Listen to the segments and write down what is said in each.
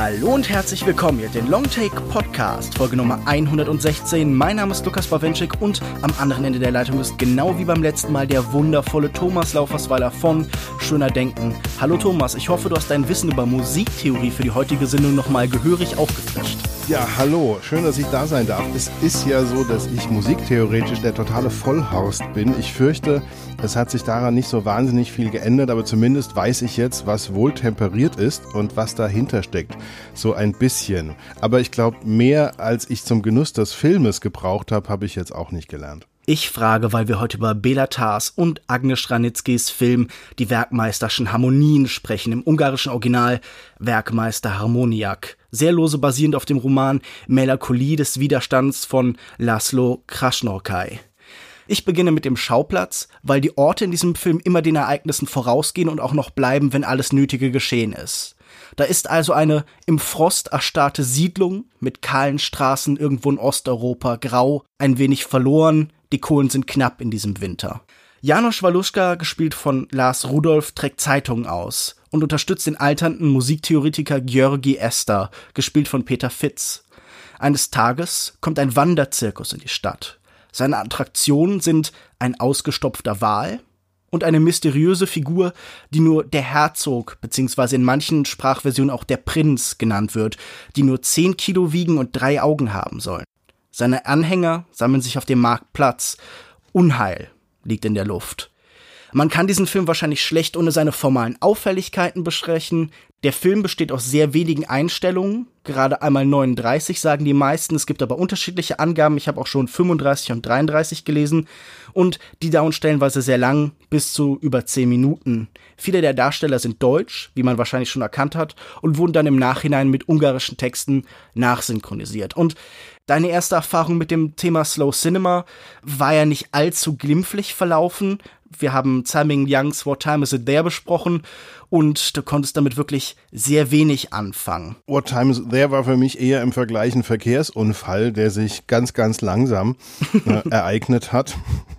Hallo und herzlich willkommen hier, den Longtake Podcast, Folge Nummer 116. Mein Name ist Lukas Bawenschik und am anderen Ende der Leitung ist genau wie beim letzten Mal der wundervolle Thomas Laufersweiler von Schöner Denken. Hallo Thomas, ich hoffe, du hast dein Wissen über Musiktheorie für die heutige Sendung nochmal gehörig aufgefrischt. Ja, hallo, schön, dass ich da sein darf. Es ist ja so, dass ich musiktheoretisch der totale Vollhorst bin. Ich fürchte, es hat sich daran nicht so wahnsinnig viel geändert, aber zumindest weiß ich jetzt, was wohltemperiert ist und was dahinter steckt. So ein bisschen. Aber ich glaube, mehr als ich zum Genuss des Filmes gebraucht habe ich jetzt auch nicht gelernt. Ich frage, weil wir heute über Béla Tarz und Agnes Ranickis Film Die Werkmeisterschen Harmonien sprechen, im ungarischen Original Werkmeister Harmoniak. Sehr lose basierend auf dem Roman Melancholie des Widerstands von László Krásznahorkai. Ich beginne mit dem Schauplatz, weil die Orte in diesem Film immer den Ereignissen vorausgehen und auch noch bleiben, wenn alles Nötige geschehen ist. Da ist also eine im Frost erstarrte Siedlung mit kahlen Straßen irgendwo in Osteuropa, grau, ein wenig verloren, die Kohlen sind knapp in diesem Winter. János Waluschka, gespielt von Lars Rudolph, trägt Zeitungen aus und unterstützt den alternden Musiktheoretiker György Eszter, gespielt von Peter Fitz. Eines Tages kommt ein Wanderzirkus in die Stadt. Seine Attraktionen sind ein ausgestopfter Wal und eine mysteriöse Figur, die nur der Herzog bzw. in manchen Sprachversionen auch der Prinz genannt wird, die nur 10 Kilo wiegen und 3 Augen haben sollen. Seine Anhänger sammeln sich auf dem Marktplatz. Unheil liegt in der Luft. Man kann diesen Film wahrscheinlich schlecht ohne seine formalen Auffälligkeiten besprechen. Der Film besteht aus sehr wenigen Einstellungen, gerade einmal 39 sagen die meisten, es gibt aber unterschiedliche Angaben, ich habe auch schon 35 und 33 gelesen und die dauern stellenweise sehr lang, bis zu über 10 Minuten. Viele der Darsteller sind deutsch, wie man wahrscheinlich schon erkannt hat, und wurden dann im Nachhinein mit ungarischen Texten nachsynchronisiert. Und deine erste Erfahrung mit dem Thema Slow Cinema war ja nicht allzu glimpflich verlaufen. Wir haben Tsai Ming-liangs What Time Is It There besprochen und du konntest damit wirklich sehr wenig anfangen. What Time Is It There war für mich eher im Vergleich ein Verkehrsunfall, der sich ganz, ganz langsam ereignet hat.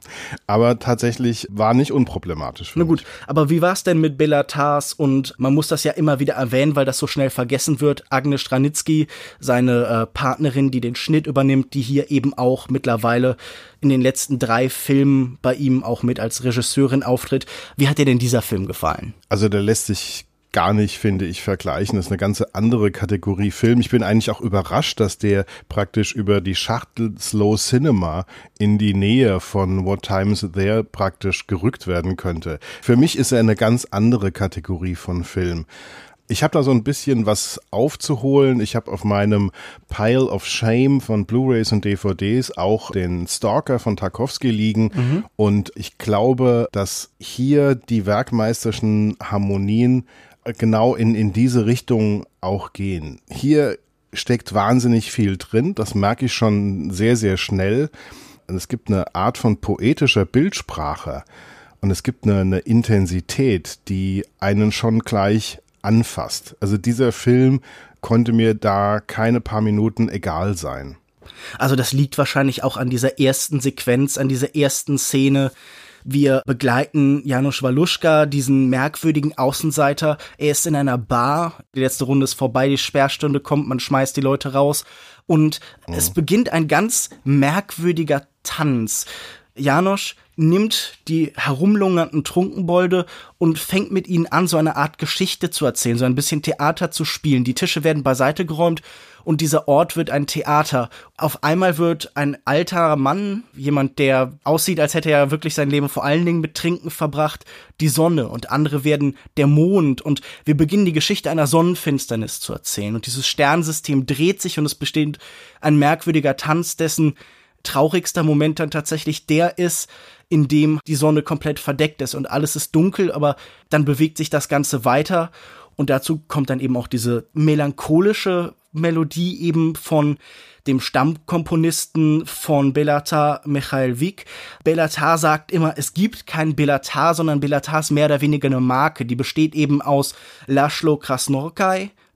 Aber tatsächlich war nicht unproblematisch für mich. Na gut, aber wie war es denn mit Béla Tarz? Und man muss das ja immer wieder erwähnen, weil das so schnell vergessen wird. Agnes Ranicky, seine Partnerin, die den Schnitt übernimmt, die hier eben auch mittlerweile in den letzten 3 Filmen bei ihm auch mit als Regisseurin auftritt. Wie hat dir denn dieser Film gefallen? Also der lässt sich gar nicht, finde ich, vergleichen. Das ist eine ganz andere Kategorie Film. Ich bin eigentlich auch überrascht, dass der praktisch über die Schachtel Slow Cinema in die Nähe von What Time Is It There praktisch gerückt werden könnte. Für mich ist er eine ganz andere Kategorie von Film. Ich habe da so ein bisschen was aufzuholen. Ich habe auf meinem Pile of Shame von Blu-rays und DVDs auch den Stalker von Tarkovsky liegen. Und ich glaube, dass hier die werkmeisterschen Harmonien genau in diese Richtung auch gehen. Hier steckt wahnsinnig viel drin. Das merke ich schon sehr, sehr schnell. Es gibt eine Art von poetischer Bildsprache und es gibt eine Intensität, die einen schon gleich anfasst. Also dieser Film konnte mir da keine paar Minuten egal sein. Also das liegt wahrscheinlich auch an dieser ersten Sequenz, an dieser ersten Szene. Wir begleiten János Waluschka, diesen merkwürdigen Außenseiter. Er ist in einer Bar, die letzte Runde ist vorbei, die Sperrstunde kommt, man schmeißt die Leute raus und es beginnt ein ganz merkwürdiger Tanz. János nimmt die herumlungernden Trunkenbolde und fängt mit ihnen an, so eine Art Geschichte zu erzählen, so ein bisschen Theater zu spielen. Die Tische werden beiseite geräumt und dieser Ort wird ein Theater. Auf einmal wird ein alter Mann, jemand, der aussieht, als hätte er wirklich sein Leben vor allen Dingen mit Trinken verbracht, die Sonne und andere werden der Mond und wir beginnen die Geschichte einer Sonnenfinsternis zu erzählen und dieses Sternensystem dreht sich und es besteht ein merkwürdiger Tanz, dessen traurigster Moment dann tatsächlich der ist, in dem die Sonne komplett verdeckt ist und alles ist dunkel, aber dann bewegt sich das Ganze weiter und dazu kommt dann eben auch diese melancholische Melodie eben von dem Stammkomponisten von Béla Tarz, Michael Vik. Béla Tarz sagt immer, es gibt kein Béla Tarz, sondern Béla Tarz ist mehr oder weniger eine Marke, die besteht eben aus László Krásznahorkai,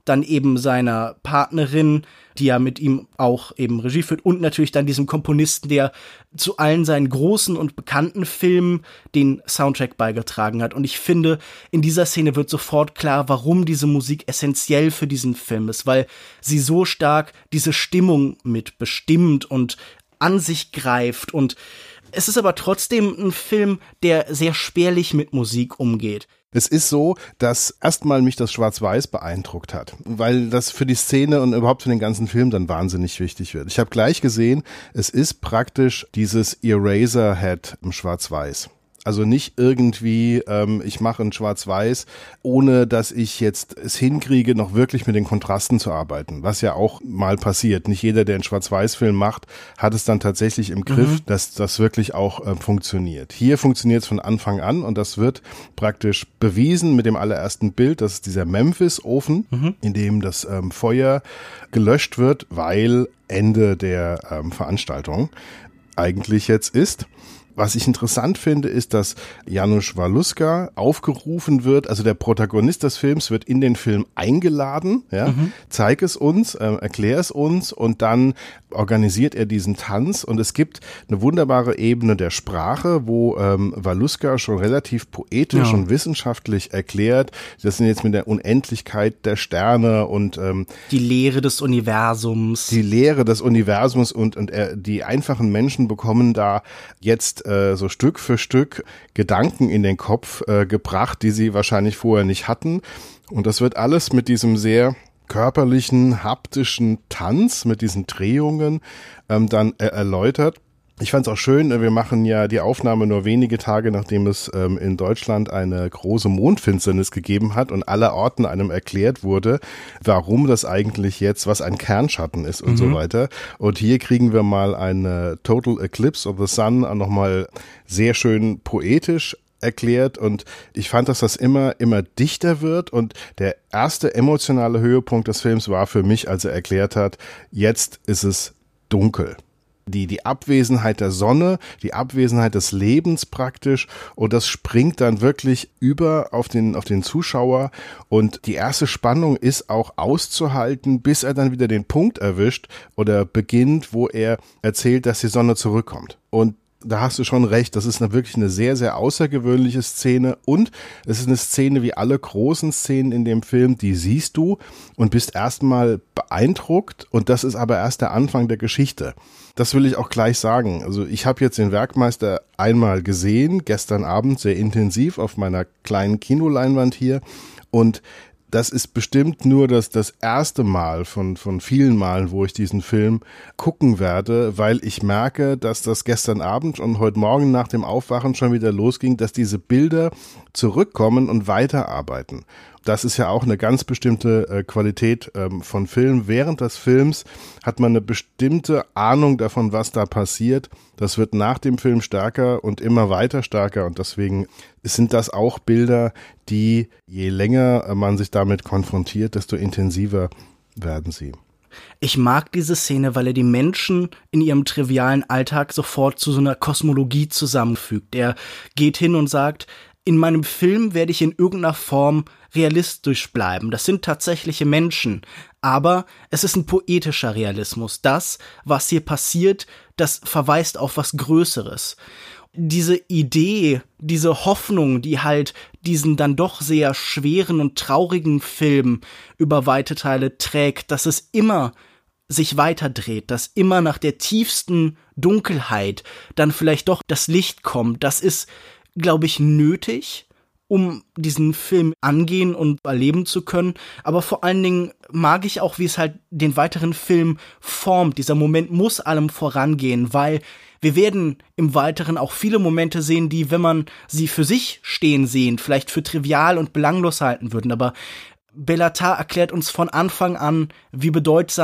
dann eben seiner Partnerin, die ja mit ihm auch eben Regie führt, und natürlich dann diesem Komponisten, der zu allen seinen großen und bekannten Filmen den Soundtrack beigetragen hat. Und ich finde, in dieser Szene wird sofort klar, warum diese Musik essentiell für diesen Film ist, weil sie so stark diese Stimmung mit bestimmt und an sich greift. Und es ist aber trotzdem ein Film, der sehr spärlich mit Musik umgeht. Es ist so, dass erstmal mich das Schwarz-Weiß beeindruckt hat, weil das für die Szene und überhaupt für den ganzen Film dann wahnsinnig wichtig wird. Ich habe gleich gesehen, es ist praktisch dieses Eraserhead im Schwarz-Weiß. Also nicht irgendwie, ich mache ein Schwarz-Weiß, ohne dass ich jetzt es hinkriege, noch wirklich mit den Kontrasten zu arbeiten, was ja auch mal passiert. Nicht jeder, der einen Schwarz-Weiß-Film macht, hat es dann tatsächlich im Griff, dass das wirklich auch funktioniert. Hier funktioniert es von Anfang an und das wird praktisch bewiesen mit dem allerersten Bild. Das ist dieser Memphis-Ofen, in dem das Feuer gelöscht wird, weil Ende der Veranstaltung eigentlich jetzt ist. Was ich interessant finde, ist, dass Janusz Waluska aufgerufen wird, also der Protagonist des Films wird in den Film eingeladen, ja, zeig es uns, erklär es uns und dann organisiert er diesen Tanz und es gibt eine wunderbare Ebene der Sprache, wo Waluska schon relativ poetisch und wissenschaftlich erklärt, das sind jetzt mit der Unendlichkeit der Sterne und die Lehre des Universums. Die Lehre des Universums und die einfachen Menschen bekommen da jetzt so Stück für Stück Gedanken in den Kopf gebracht, die sie wahrscheinlich vorher nicht hatten. Und das wird alles mit diesem sehr körperlichen, haptischen Tanz, mit diesen Drehungen dann erläutert. Ich fand es auch schön, wir machen ja die Aufnahme nur wenige Tage, nachdem es in Deutschland eine große Mondfinsternis gegeben hat und allerorten einem erklärt wurde, warum das eigentlich jetzt, was ein Kernschatten ist und so weiter. Und hier kriegen wir mal eine Total Eclipse of the Sun nochmal sehr schön poetisch erklärt und ich fand, dass das immer dichter wird und der erste emotionale Höhepunkt des Films war für mich, als er erklärt hat, jetzt ist es dunkel. Die Abwesenheit der Sonne, die Abwesenheit des Lebens praktisch und das springt dann wirklich über auf den Zuschauer und die erste Spannung ist auch auszuhalten, bis er dann wieder den Punkt erwischt oder beginnt, wo er erzählt, dass die Sonne zurückkommt. Und da hast du schon recht, das ist wirklich eine sehr, sehr außergewöhnliche Szene und es ist eine Szene wie alle großen Szenen in dem Film, die siehst du und bist erstmal beeindruckt und das ist aber erst der Anfang der Geschichte. Das will ich auch gleich sagen. Also ich habe jetzt den Werkmeister einmal gesehen, gestern Abend sehr intensiv auf meiner kleinen Kinoleinwand hier und das ist bestimmt nur das erste Mal von vielen Malen, wo ich diesen Film gucken werde, weil ich merke, dass das gestern Abend und heute Morgen nach dem Aufwachen schon wieder losging, dass diese Bilder zurückkommen und weiterarbeiten. Das ist ja auch eine ganz bestimmte Qualität von Film. Während des Films hat man eine bestimmte Ahnung davon, was da passiert. Das wird nach dem Film stärker und immer weiter stärker und deswegen sind das auch Bilder, die je länger man sich damit konfrontiert, desto intensiver werden sie. Ich mag diese Szene, weil er die Menschen in ihrem trivialen Alltag sofort zu so einer Kosmologie zusammenfügt. Er geht hin und sagt, in meinem Film werde ich in irgendeiner Form realistisch bleiben. Das sind tatsächliche Menschen. Aber es ist ein poetischer Realismus. Das, was hier passiert, das verweist auf was Größeres. Diese Idee, diese Hoffnung, die halt diesen dann doch sehr schweren und traurigen Film über weite Teile trägt, dass es immer sich weiterdreht, dass immer nach der tiefsten Dunkelheit dann vielleicht doch das Licht kommt, das ist, glaube ich, nötig, um diesen Film angehen und erleben zu können. Aber vor allen Dingen mag ich auch, wie es halt den weiteren Film formt. Dieser Moment muss allem vorangehen, weil wir werden im Weiteren auch viele Momente sehen, die, wenn man sie für sich stehen sehen, vielleicht für trivial und belanglos halten würden. Aber Béla Tarr erklärt uns von Anfang an, wie bedeutsam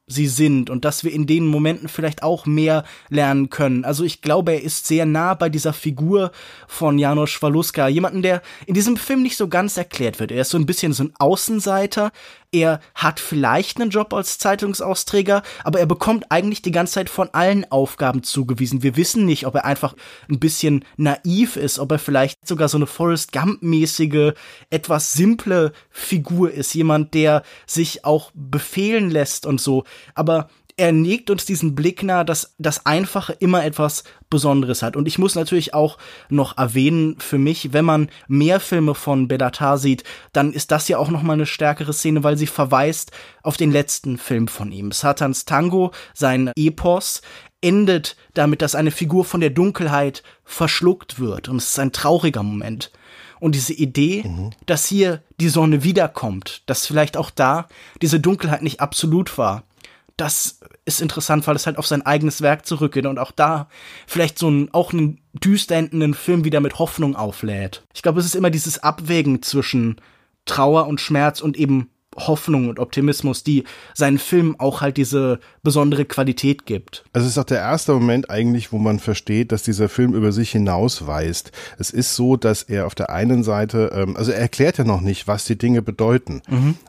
sie sind und dass wir in den Momenten vielleicht auch mehr lernen können. Also ich glaube, er ist sehr nah bei dieser Figur von Janusz Waluska, jemanden, der in diesem Film nicht so ganz erklärt wird. Er ist so ein bisschen so ein Außenseiter. Er hat vielleicht einen Job als Zeitungsausträger, aber er bekommt eigentlich die ganze Zeit von allen Aufgaben zugewiesen. Wir wissen nicht, ob er einfach ein bisschen naiv ist, ob er vielleicht sogar so eine Forrest Gump-mäßige, etwas simple Figur ist. Jemand, der sich auch befehlen lässt und so. Aber er legt uns diesen Blick nahe, dass das Einfache immer etwas Besonderes hat. Und ich muss natürlich auch noch erwähnen, für mich, wenn man mehr Filme von Bélatar sieht, dann ist das ja auch noch mal eine stärkere Szene, weil sie verweist auf den letzten Film von ihm. Satans Tango, sein Epos, endet damit, dass eine Figur von der Dunkelheit verschluckt wird. Und es ist ein trauriger Moment. Und diese Idee, dass hier die Sonne wiederkommt, dass vielleicht auch da diese Dunkelheit nicht absolut war, das ist interessant, weil es halt auf sein eigenes Werk zurückgeht und auch da vielleicht so einen düster endenden Film wieder mit Hoffnung auflädt. Ich glaube, es ist immer dieses Abwägen zwischen Trauer und Schmerz und eben Hoffnung und Optimismus, die seinen Filmen auch halt diese besondere Qualität gibt. Also es ist auch der erste Moment eigentlich, wo man versteht, dass dieser Film über sich hinausweist. Es ist so, dass er auf der einen Seite, also er erklärt ja noch nicht, was die Dinge bedeuten,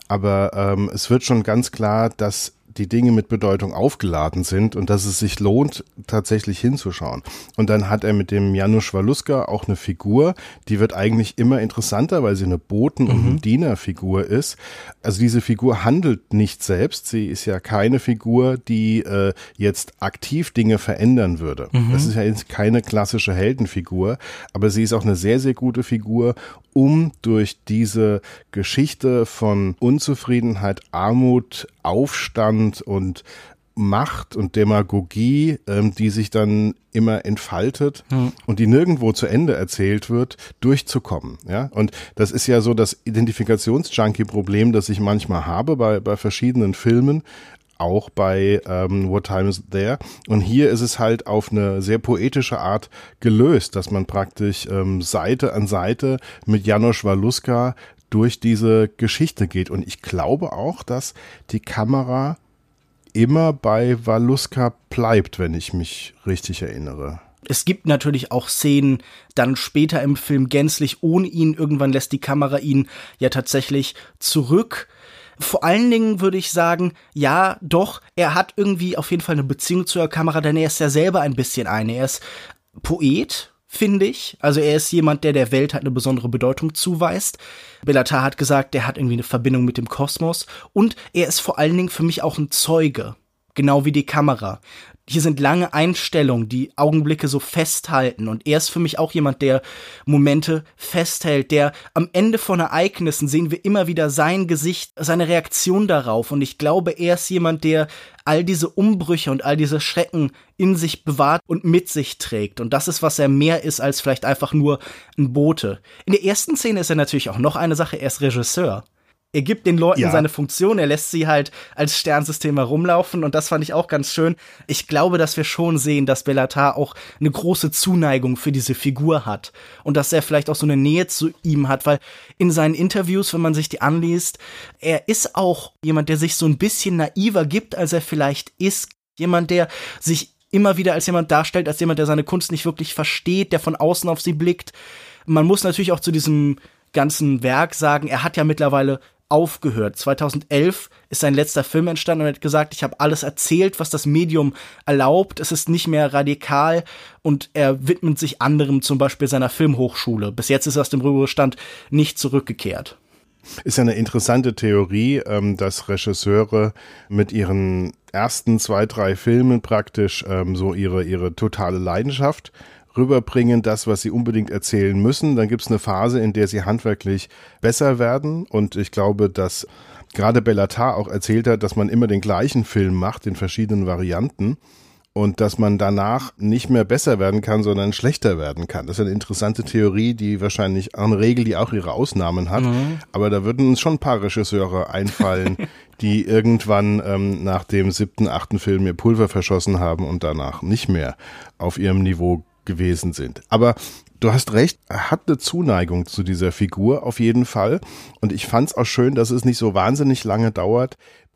aber es wird schon ganz klar, dass die Dinge mit Bedeutung aufgeladen sind und dass es sich lohnt, tatsächlich hinzuschauen. Und dann hat er mit dem Janusz Waluska auch eine Figur, die wird eigentlich immer interessanter, weil sie eine Boten- und Dienerfigur ist. Also diese Figur handelt nicht selbst, sie ist ja keine Figur, die jetzt aktiv Dinge verändern würde. Das ist ja jetzt keine klassische Heldenfigur, aber sie ist auch eine sehr, sehr gute Figur, um durch diese Geschichte von Unzufriedenheit, Armut, Aufstand und Macht und Demagogie, die sich dann immer entfaltet und die nirgendwo zu Ende erzählt wird, durchzukommen. Ja? Und das ist ja so das Identifikationsjunkie-Problem, das ich manchmal habe bei verschiedenen Filmen, auch bei What Time Is There. Und hier ist es halt auf eine sehr poetische Art gelöst, dass man praktisch Seite an Seite mit Janusz Waluska durch diese Geschichte geht. Und ich glaube auch, dass die Kamera immer bei Waluska bleibt, wenn ich mich richtig erinnere. Es gibt natürlich auch Szenen dann später im Film gänzlich ohne ihn. Irgendwann lässt die Kamera ihn ja tatsächlich zurück. Vor allen Dingen würde ich sagen, ja, doch, er hat irgendwie auf jeden Fall eine Beziehung zur Kamera, denn er ist ja selber ein bisschen eine. Er ist Poet, finde ich. Also er ist jemand, der Welt halt eine besondere Bedeutung zuweist. Bélatar hat gesagt, er hat irgendwie eine Verbindung mit dem Kosmos. Und er ist vor allen Dingen für mich auch ein Zeuge. Genau wie die Kamera. Hier sind lange Einstellungen, die Augenblicke so festhalten. Und er ist für mich auch jemand, der Momente festhält, der am Ende von Ereignissen sehen wir immer wieder sein Gesicht, seine Reaktion darauf. Und ich glaube, er ist jemand, der all diese Umbrüche und all diese Schrecken in sich bewahrt und mit sich trägt. Und das ist, was er mehr ist als vielleicht einfach nur ein Bote. In der ersten Szene ist er natürlich auch noch eine Sache, er ist Regisseur. Er gibt den Leuten seine Funktion, er lässt sie halt als Sternsystem herumlaufen und das fand ich auch ganz schön. Ich glaube, dass wir schon sehen, dass Bélatar auch eine große Zuneigung für diese Figur hat und dass er vielleicht auch so eine Nähe zu ihm hat, weil in seinen Interviews, wenn man sich die anliest, er ist auch jemand, der sich so ein bisschen naiver gibt, als er vielleicht ist. Jemand, der sich immer wieder als jemand darstellt, als jemand, der seine Kunst nicht wirklich versteht, der von außen auf sie blickt. Man muss natürlich auch zu diesem ganzen Werk sagen, er hat ja mittlerweile aufgehört. 2011 ist sein letzter Film entstanden und er hat gesagt, ich habe alles erzählt, was das Medium erlaubt. Es ist nicht mehr radikal und er widmet sich anderem, zum Beispiel seiner Filmhochschule. Bis jetzt ist er aus dem Ruhestand nicht zurückgekehrt. Ist ja eine interessante Theorie, dass Regisseure mit ihren ersten 2, 3 Filmen praktisch so ihre totale Leidenschaft rüberbringen, das, was sie unbedingt erzählen müssen. Dann gibt es eine Phase, in der sie handwerklich besser werden und ich glaube, dass gerade Bélatar auch erzählt hat, dass man immer den gleichen Film macht, in verschiedenen Varianten und dass man danach nicht mehr besser werden kann, sondern schlechter werden kann. Das ist eine interessante Theorie, die wahrscheinlich eine Regel, die auch ihre Ausnahmen hat, aber da würden uns schon ein paar Regisseure einfallen, die irgendwann nach dem 7., 8. Film ihr Pulver verschossen haben und danach nicht mehr auf ihrem Niveau gewesen sind. Aber du hast recht, er hat eine Zuneigung zu dieser Figur auf jeden Fall und ich fand es auch schön, dass es nicht so wahnsinnig lange dauert,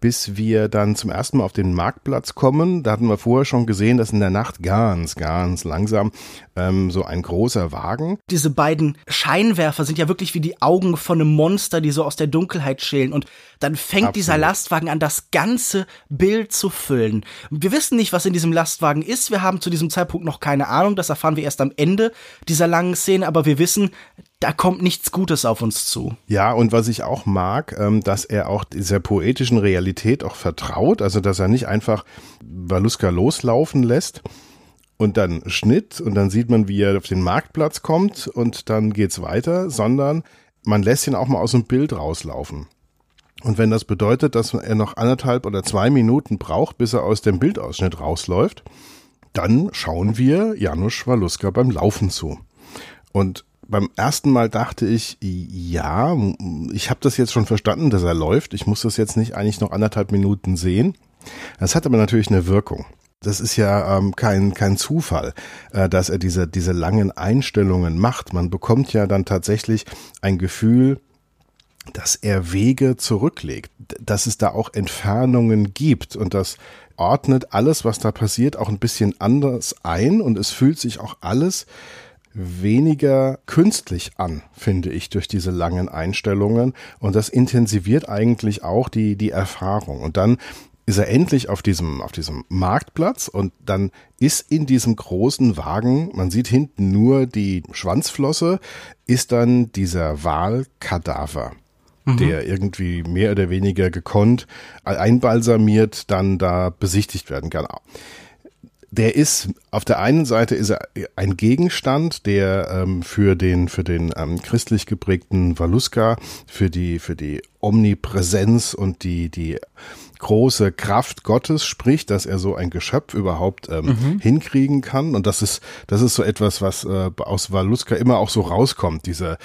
bis wir dann zum ersten Mal auf den Marktplatz kommen. Da hatten wir vorher schon gesehen, dass in der Nacht ganz langsam so ein großer Wagen. Diese beiden Scheinwerfer sind ja wirklich wie die Augen von einem Monster, die so aus der Dunkelheit schälen. Und dann fängt dieser Lastwagen an, das ganze Bild zu füllen. Wir wissen nicht, was in diesem Lastwagen ist. Wir haben zu diesem Zeitpunkt noch keine Ahnung. Das erfahren wir erst am Ende dieser langen Szene. Aber wir wissen, da kommt nichts Gutes auf uns zu. Ja, und was ich auch mag, dass er auch dieser poetischen Realität auch vertraut. Also, dass er nicht einfach Waluska loslaufen lässt. Und dann Schnitt und dann sieht man, wie er auf den Marktplatz kommt und dann geht's weiter, sondern man lässt ihn auch mal aus dem Bild rauslaufen. Und wenn das bedeutet, dass er noch 1,5 oder 2 Minuten braucht, bis er aus dem Bildausschnitt rausläuft, dann schauen wir Janusz Waluska beim Laufen zu. Und beim ersten Mal dachte ich, ja, ich habe das jetzt schon verstanden, dass er läuft. Ich muss das jetzt nicht eigentlich noch 1,5 Minuten sehen. Das hat aber natürlich eine Wirkung. Das ist ja kein Zufall, dass er diese langen Einstellungen macht. Man bekommt ja dann tatsächlich ein Gefühl, dass er Wege zurücklegt, dass es da auch Entfernungen gibt und das ordnet alles, was da passiert, auch ein bisschen anders ein und es fühlt sich auch alles weniger künstlich an, finde ich, durch diese langen Einstellungen und das intensiviert eigentlich auch die Erfahrung und dann ist er endlich auf diesem Marktplatz und dann ist in diesem großen Wagen, man sieht hinten nur die Schwanzflosse, ist dann dieser Walkadaver, der irgendwie mehr oder weniger gekonnt, einbalsamiert, dann da besichtigt werden kann. Der ist, auf der einen Seite ist er ein Gegenstand, der für den christlich geprägten Waluska, für die Omnipräsenz und die große Kraft Gottes spricht, dass er so ein Geschöpf überhaupt hinkriegen kann. Und das ist so etwas, was aus Waluska immer auch so rauskommt, diese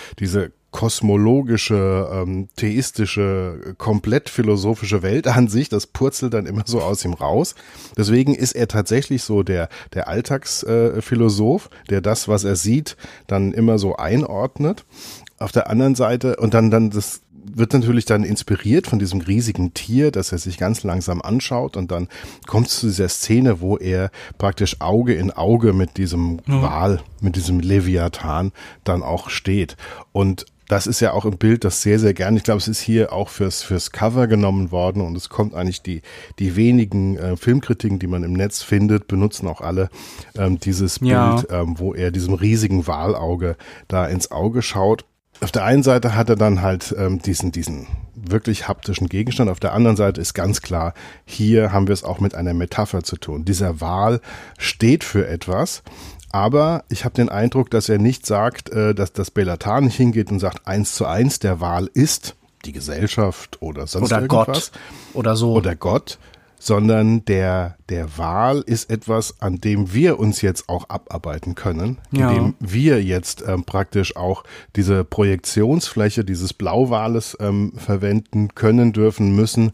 kosmologische, theistische, komplett philosophische Weltansicht, das purzelt dann immer so aus ihm raus. Deswegen ist er tatsächlich so der Alltagsphilosoph, der das, was er sieht, dann immer so einordnet. Auf der anderen Seite, und dann das wird natürlich dann inspiriert von diesem riesigen Tier, das er sich ganz langsam anschaut und dann kommt es zu dieser Szene, wo er praktisch Auge in Auge mit diesem Wal, mit diesem Leviathan dann auch steht. Und das ist ja auch ein Bild, das sehr, sehr gern, ich glaube, es ist hier auch fürs Cover genommen worden und es kommt eigentlich die wenigen Filmkritiken, die man im Netz findet, benutzen auch alle dieses Bild, wo er diesem riesigen Walauge da ins Auge schaut. Auf der einen Seite hat er dann halt diesen wirklich haptischen Gegenstand, auf der anderen Seite ist ganz klar, hier haben wir es auch mit einer Metapher zu tun. Dieser Wal steht für etwas, aber ich habe den Eindruck, dass er nicht sagt, dass das Béla Tarr nicht hingeht und sagt 1:1, der Wal ist die Gesellschaft oder sonst oder irgendwas. Gott oder so. Oder Gott, sondern der Wal ist etwas, an dem wir uns jetzt auch abarbeiten können, indem wir jetzt praktisch auch diese Projektionsfläche dieses Blauwales verwenden können, dürfen, müssen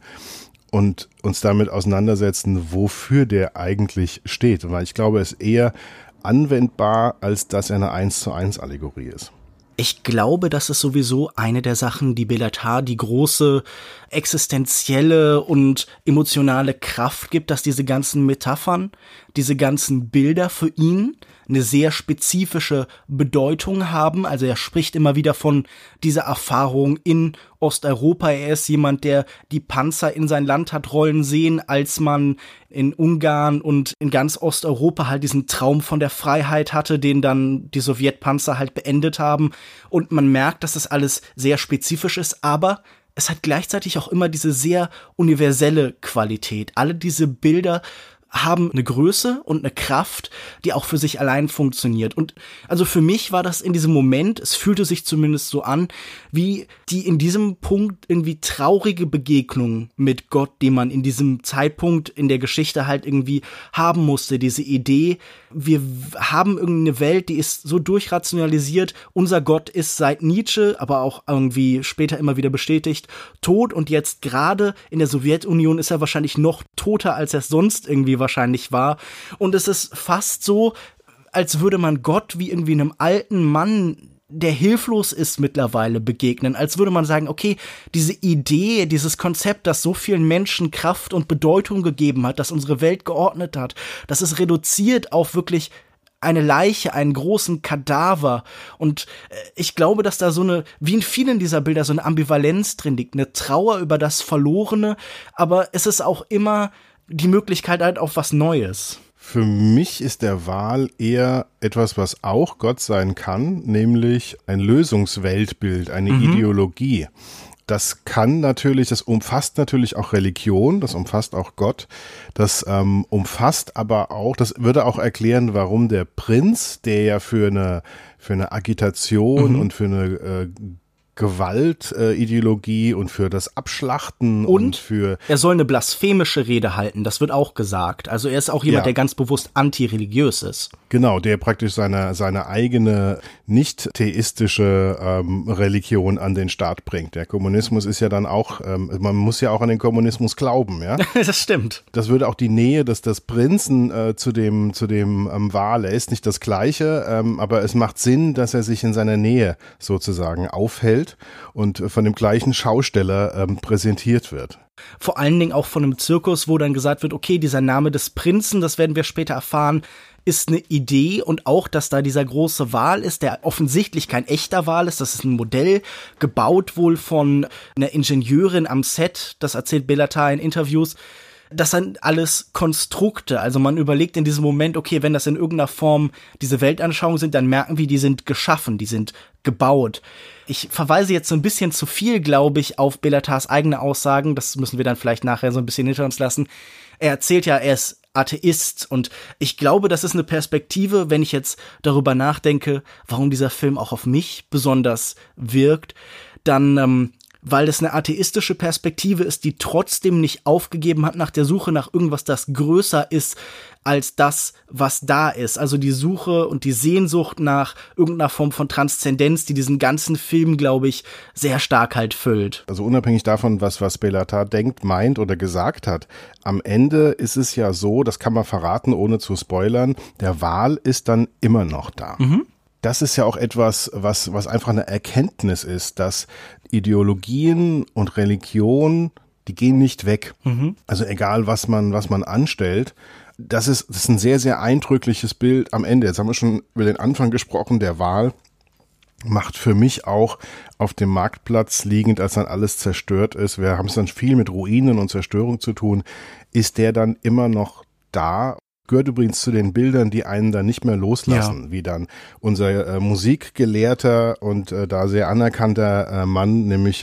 und uns damit auseinandersetzen, wofür der eigentlich steht. Weil ich glaube, es ist eher anwendbar, als dass er eine 1:1 Allegorie ist. Ich glaube, das ist sowieso eine der Sachen, die Béla Tarr die große existenzielle und emotionale Kraft gibt, dass diese ganzen Metaphern, diese ganzen Bilder für ihn eine sehr spezifische Bedeutung haben. Also er spricht immer wieder von dieser Erfahrung in Osteuropa. Er ist jemand, der die Panzer in sein Land hat rollen sehen, als man in Ungarn und in ganz Osteuropa halt diesen Traum von der Freiheit hatte, den dann die Sowjetpanzer halt beendet haben. Und man merkt, dass das alles sehr spezifisch ist, aber es hat gleichzeitig auch immer diese sehr universelle Qualität. Alle diese Bilder haben eine Größe und eine Kraft, die auch für sich allein funktioniert. Und also für mich war das in diesem Moment, es fühlte sich zumindest so an, wie die in diesem Punkt irgendwie traurige Begegnung mit Gott, die man in diesem Zeitpunkt in der Geschichte halt irgendwie haben musste. Diese Idee, wir haben irgendeine Welt, die ist so durchrationalisiert. Unser Gott ist seit Nietzsche, aber auch irgendwie später immer wieder bestätigt, tot. Und jetzt gerade in der Sowjetunion ist er wahrscheinlich noch toter, als er es sonst irgendwie wahrscheinlich war. Und es ist fast so, als würde man Gott wie irgendwie einem alten Mann der hilflos ist mittlerweile, begegnen. Als würde man sagen, okay, diese Idee, dieses Konzept, das so vielen Menschen Kraft und Bedeutung gegeben hat, das unsere Welt geordnet hat, das ist reduziert auf wirklich eine Leiche, einen großen Kadaver. Und ich glaube, dass da wie in vielen dieser Bilder, so eine Ambivalenz drin liegt, eine Trauer über das Verlorene, aber es ist auch immer die Möglichkeit halt auf was Neues. Für mich ist der Wal eher etwas, was auch Gott sein kann, nämlich ein Lösungsweltbild, eine Ideologie. Das umfasst natürlich auch Religion, das umfasst auch Gott, das umfasst aber auch, das würde auch erklären, warum der Prinz, der ja für eine Agitation und für eine Gewaltideologie und für das Abschlachten und für... Er soll eine blasphemische Rede halten, das wird auch gesagt. Also er ist auch jemand, der ganz bewusst antireligiös ist. Genau, der praktisch seine eigene nicht-theistische Religion an den Start bringt. Der Kommunismus ist ja dann auch, man muss ja auch an den Kommunismus glauben, ja. Das stimmt. Das würde auch die Nähe des Prinzen zu dem Wal, er ist nicht das Gleiche, aber es macht Sinn, dass er sich in seiner Nähe sozusagen aufhält und von dem gleichen Schausteller präsentiert wird. Vor allen Dingen auch von einem Zirkus, wo dann gesagt wird, okay, dieser Name des Prinzen, das werden wir später erfahren, ist eine Idee, und auch, dass da dieser große Wal ist, der offensichtlich kein echter Wal ist, das ist ein Modell, gebaut wohl von einer Ingenieurin am Set, das erzählt Béla Tarr in Interviews. Das sind alles Konstrukte, also man überlegt in diesem Moment, okay, wenn das in irgendeiner Form diese Weltanschauungen sind, dann merken wir, die sind geschaffen, die sind gebaut. Ich verweise jetzt so ein bisschen zu viel, glaube ich, auf Béla Tarrs eigene Aussagen, das müssen wir dann vielleicht nachher so ein bisschen hinter uns lassen. Er erzählt ja, er ist Atheist, und ich glaube, das ist eine Perspektive, wenn ich jetzt darüber nachdenke, warum dieser Film auch auf mich besonders wirkt, dann weil es eine atheistische Perspektive ist, die trotzdem nicht aufgegeben hat nach der Suche nach irgendwas, das größer ist als das, was da ist. Also die Suche und die Sehnsucht nach irgendeiner Form von Transzendenz, die diesen ganzen Film, glaube ich, sehr stark halt füllt. Also unabhängig davon, was Béla Tarr denkt, meint oder gesagt hat, am Ende ist es ja so, das kann man verraten, ohne zu spoilern, der Wal ist dann immer noch da. Das ist ja auch etwas, was einfach eine Erkenntnis ist, dass Ideologien und Religion, die gehen nicht weg. Also egal, was man anstellt. Das ist ein sehr, sehr eindrückliches Bild am Ende. Jetzt haben wir schon über den Anfang gesprochen. Der Wal macht für mich auch auf dem Marktplatz liegend, als dann alles zerstört ist. Wir haben es dann viel mit Ruinen und Zerstörung zu tun. Ist der dann immer noch da? Gehört übrigens zu den Bildern, die einen dann nicht mehr loslassen, wie dann unser Musikgelehrter und da sehr anerkannter Mann, nämlich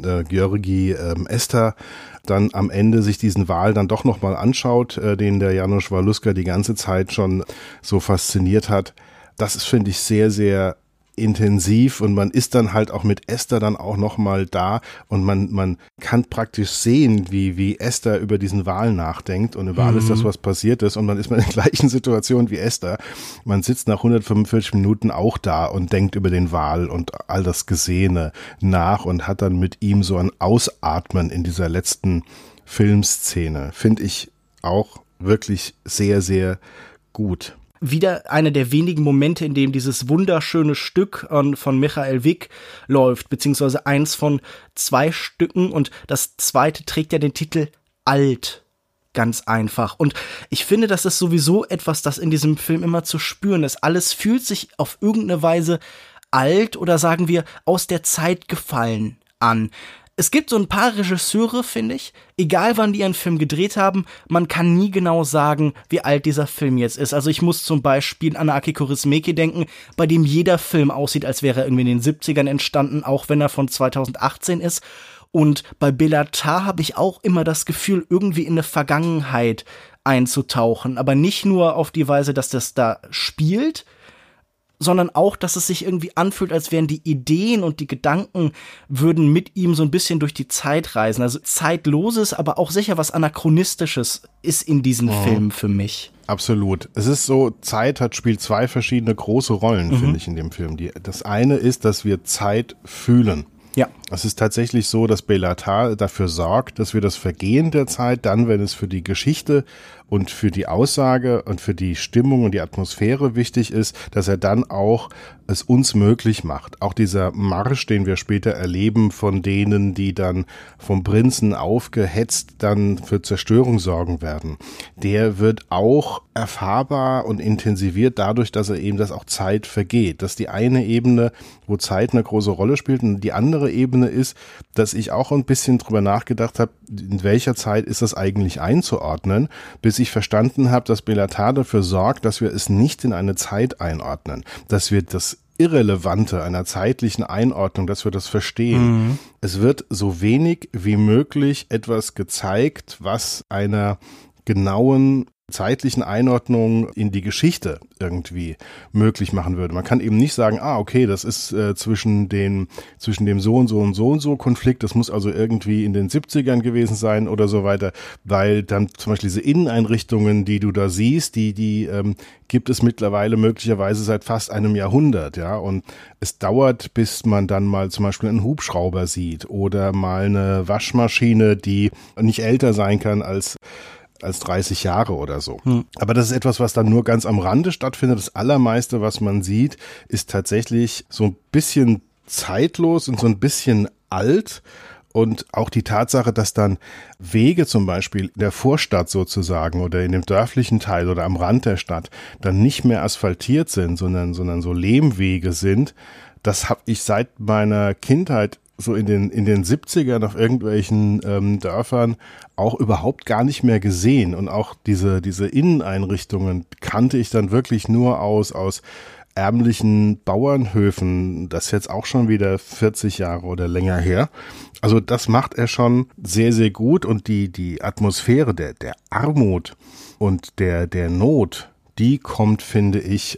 György Ester, dann am Ende sich diesen Wal dann doch nochmal anschaut, den der Janusz Waluska die ganze Zeit schon so fasziniert hat. Das ist, finde ich, sehr, sehr intensiv, und man ist dann halt auch mit Esther dann auch nochmal da, und man kann praktisch sehen, wie Esther über diesen Wal nachdenkt und über alles das, was passiert ist, und man ist in der gleichen Situation wie Esther. Man sitzt nach 145 Minuten auch da und denkt über den Wal und all das Gesehene nach und hat dann mit ihm so ein Ausatmen in dieser letzten Filmszene. Finde ich auch wirklich sehr, sehr gut. Wieder eine der wenigen Momente, in dem dieses wunderschöne Stück von Michael Wick läuft, beziehungsweise eins von 2 Stücken, und das zweite trägt ja den Titel Alt. Ganz einfach. Und ich finde, das ist sowieso etwas, das in diesem Film immer zu spüren ist. Alles fühlt sich auf irgendeine Weise alt oder, sagen wir, aus der Zeit gefallen an. Es gibt so ein paar Regisseure, finde ich, egal wann die ihren Film gedreht haben, man kann nie genau sagen, wie alt dieser Film jetzt ist. Also ich muss zum Beispiel an Aki Kaurismäki denken, bei dem jeder Film aussieht, als wäre er irgendwie in den 70ern entstanden, auch wenn er von 2018 ist. Und bei Béla Tarr habe ich auch immer das Gefühl, irgendwie in eine Vergangenheit einzutauchen. Aber nicht nur auf die Weise, dass das da spielt, sondern auch, dass es sich irgendwie anfühlt, als wären die Ideen und die Gedanken würden mit ihm so ein bisschen durch die Zeit reisen. Also Zeitloses, aber auch sicher was Anachronistisches ist in diesen Filmen für mich. Absolut. Es ist so, Zeit spielt 2 verschiedene große Rollen, finde ich, in dem Film. Das eine ist, dass wir Zeit fühlen. Ja. Es ist tatsächlich so, dass Béla Tarr dafür sorgt, dass wir das Vergehen der Zeit dann, wenn es für die Geschichte und für die Aussage und für die Stimmung und die Atmosphäre wichtig ist, dass er dann auch es uns möglich macht. Auch dieser Marsch, den wir später erleben von denen, die dann vom Prinzen aufgehetzt dann für Zerstörung sorgen werden, der wird auch erfahrbar und intensiviert dadurch, dass er eben, dass auch Zeit vergeht. Das ist die eine Ebene, wo Zeit eine große Rolle spielt, und die andere Ebene ist, dass ich auch ein bisschen drüber nachgedacht habe, in welcher Zeit ist das eigentlich einzuordnen, bis ich verstanden habe, dass Béla Tarr dafür sorgt, dass wir es nicht in eine Zeit einordnen, dass wir das Irrelevante einer zeitlichen Einordnung, dass wir das verstehen. Mhm. Es wird so wenig wie möglich etwas gezeigt, was einer genauen zeitlichen Einordnung in die Geschichte irgendwie möglich machen würde. Man kann eben nicht sagen, okay, das ist zwischen dem so und so und so und so Konflikt, das muss also irgendwie in den 70ern gewesen sein oder so weiter, weil dann zum Beispiel diese Inneneinrichtungen, die du da siehst, die gibt es mittlerweile möglicherweise seit fast einem Jahrhundert, ja, und es dauert, bis man dann mal zum Beispiel einen Hubschrauber sieht oder mal eine Waschmaschine, die nicht älter sein kann als 30 Jahre oder so. Aber das ist etwas, was dann nur ganz am Rande stattfindet. Das Allermeiste, was man sieht, ist tatsächlich so ein bisschen zeitlos und so ein bisschen alt. Und auch die Tatsache, dass dann Wege zum Beispiel in der Vorstadt sozusagen oder in dem dörflichen Teil oder am Rand der Stadt dann nicht mehr asphaltiert sind, sondern so Lehmwege sind, das habe ich seit meiner Kindheit so in den 70ern auf irgendwelchen Dörfern auch überhaupt gar nicht mehr gesehen. Und auch diese Inneneinrichtungen kannte ich dann wirklich nur aus ärmlichen Bauernhöfen. Das ist jetzt auch schon wieder 40 Jahre oder länger her. Also das macht er schon sehr, sehr gut. Und die Atmosphäre der Armut und der Not, die kommt, finde ich,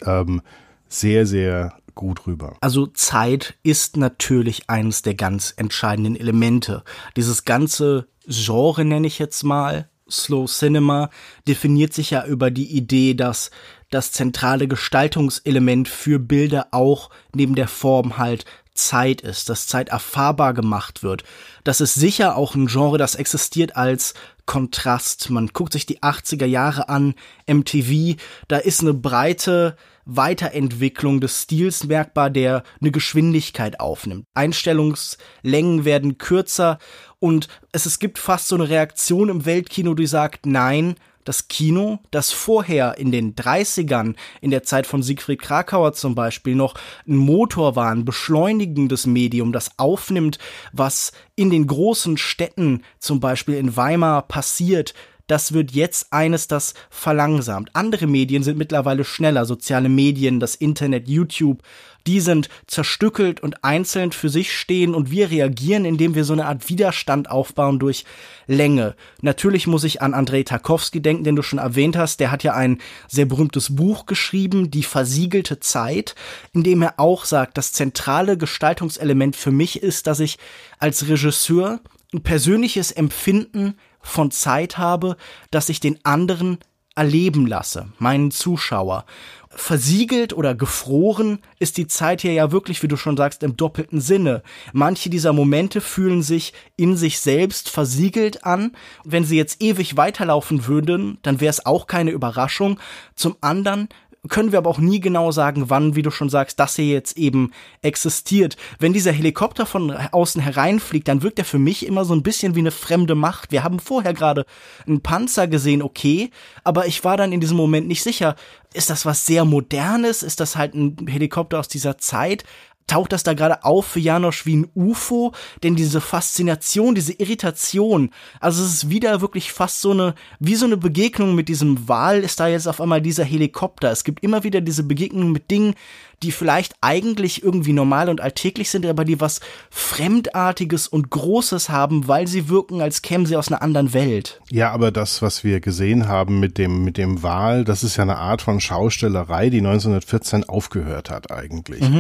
sehr, sehr gut rüber. Also Zeit ist natürlich eines der ganz entscheidenden Elemente. Dieses ganze Genre, nenne ich jetzt mal, Slow Cinema, definiert sich ja über die Idee, dass das zentrale Gestaltungselement für Bilder auch neben der Form halt Zeit ist, dass Zeit erfahrbar gemacht wird. Das ist sicher auch ein Genre, das existiert als Kontrast. Man guckt sich die 80er Jahre an, MTV, da ist eine breite Weiterentwicklung des Stils merkbar, der eine Geschwindigkeit aufnimmt. Einstellungslängen werden kürzer und es gibt fast so eine Reaktion im Weltkino, die sagt, nein, das Kino, das vorher in den 30ern, in der Zeit von Siegfried Kracauer zum Beispiel, noch ein Motor war, ein beschleunigendes Medium, das aufnimmt, was in den großen Städten, zum Beispiel in Weimar, passiert, das wird jetzt eines, das verlangsamt. Andere Medien sind mittlerweile schneller, soziale Medien, das Internet, YouTube, die sind zerstückelt und einzeln für sich stehen und wir reagieren, indem wir so eine Art Widerstand aufbauen durch Länge. Natürlich muss ich an Andrei Tarkovsky denken, den du schon erwähnt hast. Der hat ja ein sehr berühmtes Buch geschrieben, Die versiegelte Zeit, in dem er auch sagt, das zentrale Gestaltungselement für mich ist, dass ich als Regisseur ein persönliches Empfinden von Zeit habe, dass ich den anderen erleben lasse, meinen Zuschauer. Versiegelt oder gefroren ist die Zeit hier ja wirklich, wie du schon sagst, im doppelten Sinne. Manche dieser Momente fühlen sich in sich selbst versiegelt an. Wenn sie jetzt ewig weiterlaufen würden, dann wäre es auch keine Überraschung. Zum anderen können wir aber auch nie genau sagen, wann, wie du schon sagst, das hier jetzt eben existiert. Wenn dieser Helikopter von außen hereinfliegt, dann wirkt er für mich immer so ein bisschen wie eine fremde Macht. Wir haben vorher gerade einen Panzer gesehen, okay, aber ich war dann in diesem Moment nicht sicher, ist das was sehr Modernes? Ist das halt ein Helikopter aus dieser Zeit? Taucht das da gerade auf für Janosch wie ein UFO? Denn diese Faszination, diese Irritation, also es ist wieder wirklich fast wie so eine Begegnung mit diesem Wal, ist da jetzt auf einmal dieser Helikopter. Es gibt immer wieder diese Begegnungen mit Dingen, die vielleicht eigentlich irgendwie normal und alltäglich sind, aber die was Fremdartiges und Großes haben, weil sie wirken, als kämen sie aus einer anderen Welt. Ja, aber das, was wir gesehen haben mit dem Wal, das ist ja eine Art von Schaustellerei, die 1914 aufgehört hat eigentlich. Mhm.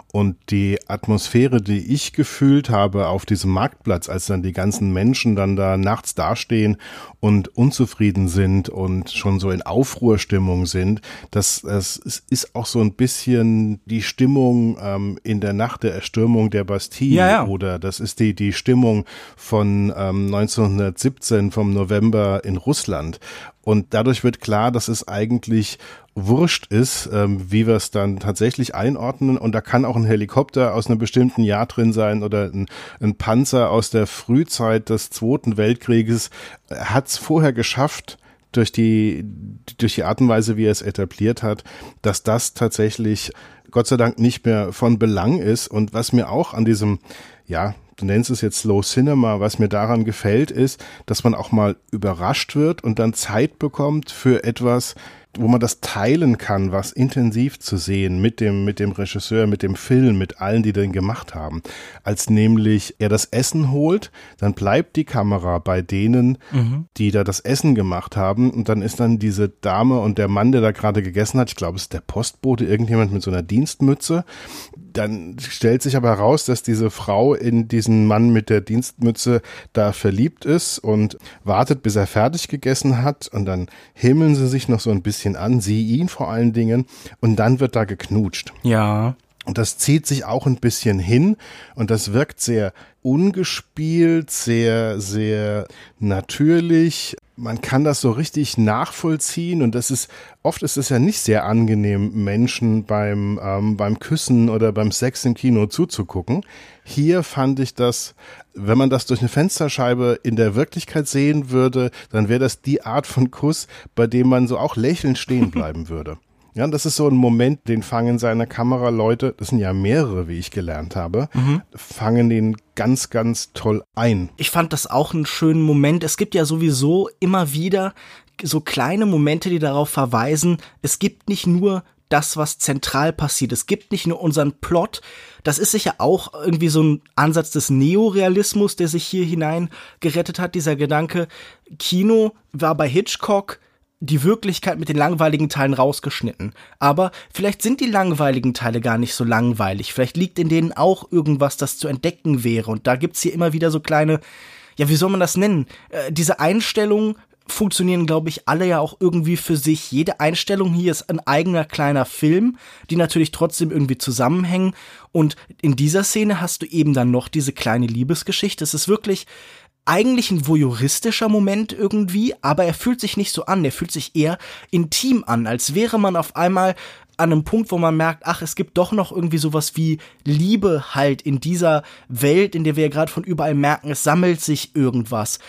Und die Atmosphäre, die ich gefühlt habe auf diesem Marktplatz, als dann die ganzen Menschen dann da nachts dastehen und unzufrieden sind und schon so in Aufruhrstimmung sind, das ist auch so ein bisschen die Stimmung in der Nacht der Erstürmung der Bastille. Ja. Oder das ist die Stimmung von 1917 vom November in Russland. Und dadurch wird klar, dass es eigentlich wurscht ist, wie wir es dann tatsächlich einordnen. Und da kann auch ein Helikopter aus einem bestimmten Jahr drin sein oder ein Panzer aus der Frühzeit des Zweiten Weltkrieges. Er hat es vorher geschafft, durch die Art und Weise, wie er es etabliert hat, dass das tatsächlich Gott sei Dank nicht mehr von Belang ist. Und was mir auch an diesem, ja, du nennst es jetzt Slow Cinema, was mir daran gefällt, ist, dass man auch mal überrascht wird und dann Zeit bekommt für etwas, wo man das teilen kann, was intensiv zu sehen mit dem Regisseur, mit dem Film, mit allen, die den gemacht haben. Als nämlich er das Essen holt, dann bleibt die Kamera bei denen, die da das Essen gemacht haben, und dann ist dann diese Dame und der Mann, der da gerade gegessen hat, ich glaube, es ist der Postbote, irgendjemand mit so einer Dienstmütze. Dann stellt sich aber heraus, dass diese Frau in diesen Mann mit der Dienstmütze da verliebt ist und wartet, bis er fertig gegessen hat, und dann himmeln sie sich noch so ein bisschen an, sie ihn vor allen Dingen, und dann wird da geknutscht. Ja. Und das zieht sich auch ein bisschen hin und das wirkt sehr ungespielt, sehr, sehr natürlich. Man kann das so richtig nachvollziehen, und oft ist es ja nicht sehr angenehm, Menschen beim Küssen oder beim Sex im Kino zuzugucken. Hier fand ich das, wenn man das durch eine Fensterscheibe in der Wirklichkeit sehen würde, dann wäre das die Art von Kuss, bei dem man so auch lächelnd stehen bleiben würde. Ja, das ist so ein Moment, den fangen seine Kameraleute, das sind ja mehrere, wie ich gelernt habe, fangen den ganz, ganz toll ein. Ich fand das auch einen schönen Moment. Es gibt ja sowieso immer wieder so kleine Momente, die darauf verweisen, es gibt nicht nur das, was zentral passiert. Es gibt nicht nur unseren Plot. Das ist sicher auch irgendwie so ein Ansatz des Neorealismus, der sich hier hinein gerettet hat, dieser Gedanke. Kino war bei Hitchcock die Wirklichkeit mit den langweiligen Teilen rausgeschnitten. Aber vielleicht sind die langweiligen Teile gar nicht so langweilig. Vielleicht liegt in denen auch irgendwas, das zu entdecken wäre. Und da gibt's hier immer wieder so kleine, ja, wie soll man das nennen? Diese Einstellungen funktionieren, glaube ich, alle ja auch irgendwie für sich. Jede Einstellung hier ist ein eigener kleiner Film, die natürlich trotzdem irgendwie zusammenhängen. Und in dieser Szene hast du eben dann noch diese kleine Liebesgeschichte. Es ist wirklich eigentlich ein voyeuristischer Moment irgendwie, aber er fühlt sich nicht so an. Er fühlt sich eher intim an, als wäre man auf einmal an einem Punkt, wo man merkt, ach, es gibt doch noch irgendwie sowas wie Liebe halt in dieser Welt, in der wir ja gerade von überall merken, es sammelt sich irgendwas.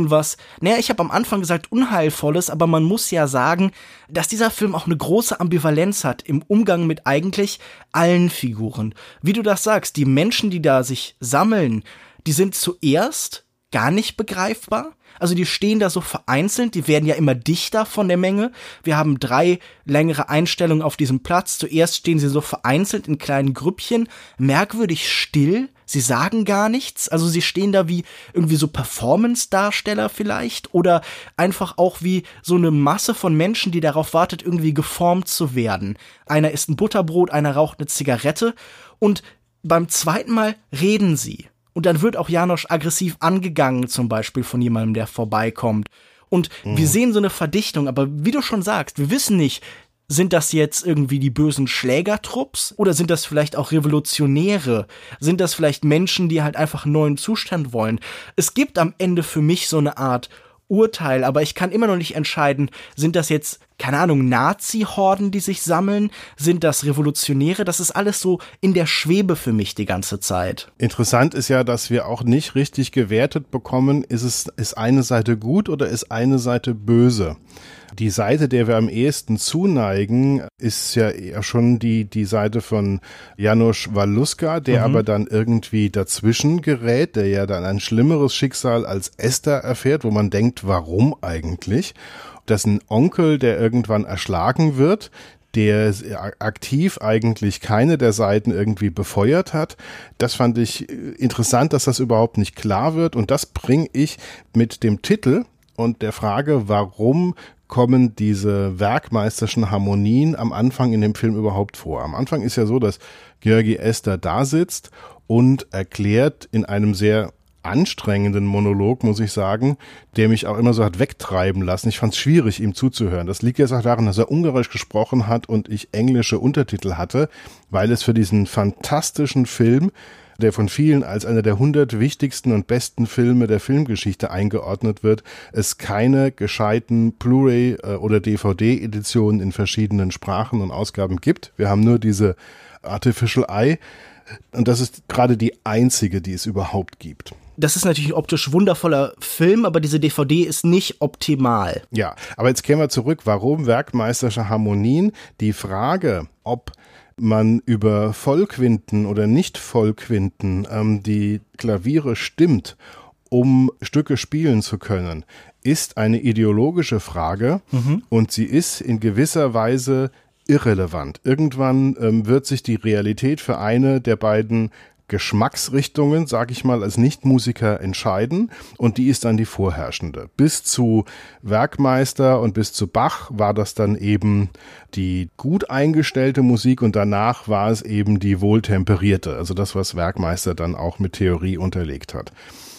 Ich habe am Anfang gesagt Unheilvolles, aber man muss ja sagen, dass dieser Film auch eine große Ambivalenz hat im Umgang mit eigentlich allen Figuren. Wie du das sagst, die Menschen, die da sich sammeln, die sind zuerst gar nicht begreifbar. Also die stehen da so vereinzelt, die werden ja immer dichter von der Menge. Wir haben 3 längere Einstellungen auf diesem Platz. Zuerst stehen sie so vereinzelt in kleinen Grüppchen, merkwürdig still, sie sagen gar nichts. Also sie stehen da wie irgendwie so Performance-Darsteller vielleicht oder einfach auch wie so eine Masse von Menschen, die darauf wartet, irgendwie geformt zu werden. Einer isst ein Butterbrot, einer raucht eine Zigarette und beim zweiten Mal reden sie. Und dann wird auch Janosch aggressiv angegangen, zum Beispiel von jemandem, der vorbeikommt. Und wir sehen so eine Verdichtung, aber wie du schon sagst, wir wissen nicht, sind das jetzt irgendwie die bösen Schlägertrupps oder sind das vielleicht auch Revolutionäre? Sind das vielleicht Menschen, die halt einfach einen neuen Zustand wollen? Es gibt am Ende für mich so eine Art Urteil, aber ich kann immer noch nicht entscheiden, sind das jetzt, keine Ahnung, Nazi-Horden, die sich sammeln? Sind das Revolutionäre? Das ist alles so in der Schwebe für mich die ganze Zeit. Interessant ist ja, dass wir auch nicht richtig gewertet bekommen, ist eine Seite gut oder ist eine Seite böse? Die Seite, der wir am ehesten zuneigen, ist ja eher schon die Seite von Janusz Waluska, der aber dann irgendwie dazwischen gerät, der ja dann ein schlimmeres Schicksal als Esther erfährt, wo man denkt, warum eigentlich? Das ist ein Onkel, der irgendwann erschlagen wird, der aktiv eigentlich keine der Seiten irgendwie befeuert hat. Das fand ich interessant, dass das überhaupt nicht klar wird, und das bringe ich mit dem Titel und der Frage, warum kommen diese werkmeisterschen Harmonien am Anfang in dem Film überhaupt vor. Am Anfang ist ja so, dass György Ester da sitzt und erklärt in einem sehr anstrengenden Monolog, muss ich sagen, der mich auch immer so hat wegtreiben lassen. Ich fand es schwierig, ihm zuzuhören. Das liegt jetzt auch daran, dass er Ungarisch gesprochen hat und ich englische Untertitel hatte, weil es für diesen fantastischen Film, der von vielen als einer der 100 wichtigsten und besten Filme der Filmgeschichte eingeordnet wird, es keine gescheiten Blu-ray- oder DVD-Editionen in verschiedenen Sprachen und Ausgaben gibt. Wir haben nur diese Artificial Eye und das ist gerade die einzige, die es überhaupt gibt. Das ist natürlich ein optisch wundervoller Film, aber diese DVD ist nicht optimal. Ja, aber jetzt kämen wir zurück. Warum werkmeisterische Harmonien? Die Frage, ob man über Vollquinten oder Nicht-Vollquinten die Klaviere stimmt, um Stücke spielen zu können, ist eine ideologische Frage und sie ist in gewisser Weise irrelevant. Irgendwann wird sich die Realität für eine der beiden Geschmacksrichtungen, sage ich mal, als Nichtmusiker entscheiden und die ist dann die vorherrschende. Bis zu Werkmeister und bis zu Bach war das dann eben die gut eingestellte Musik und danach war es eben die wohltemperierte, also das, was Werkmeister dann auch mit Theorie unterlegt hat.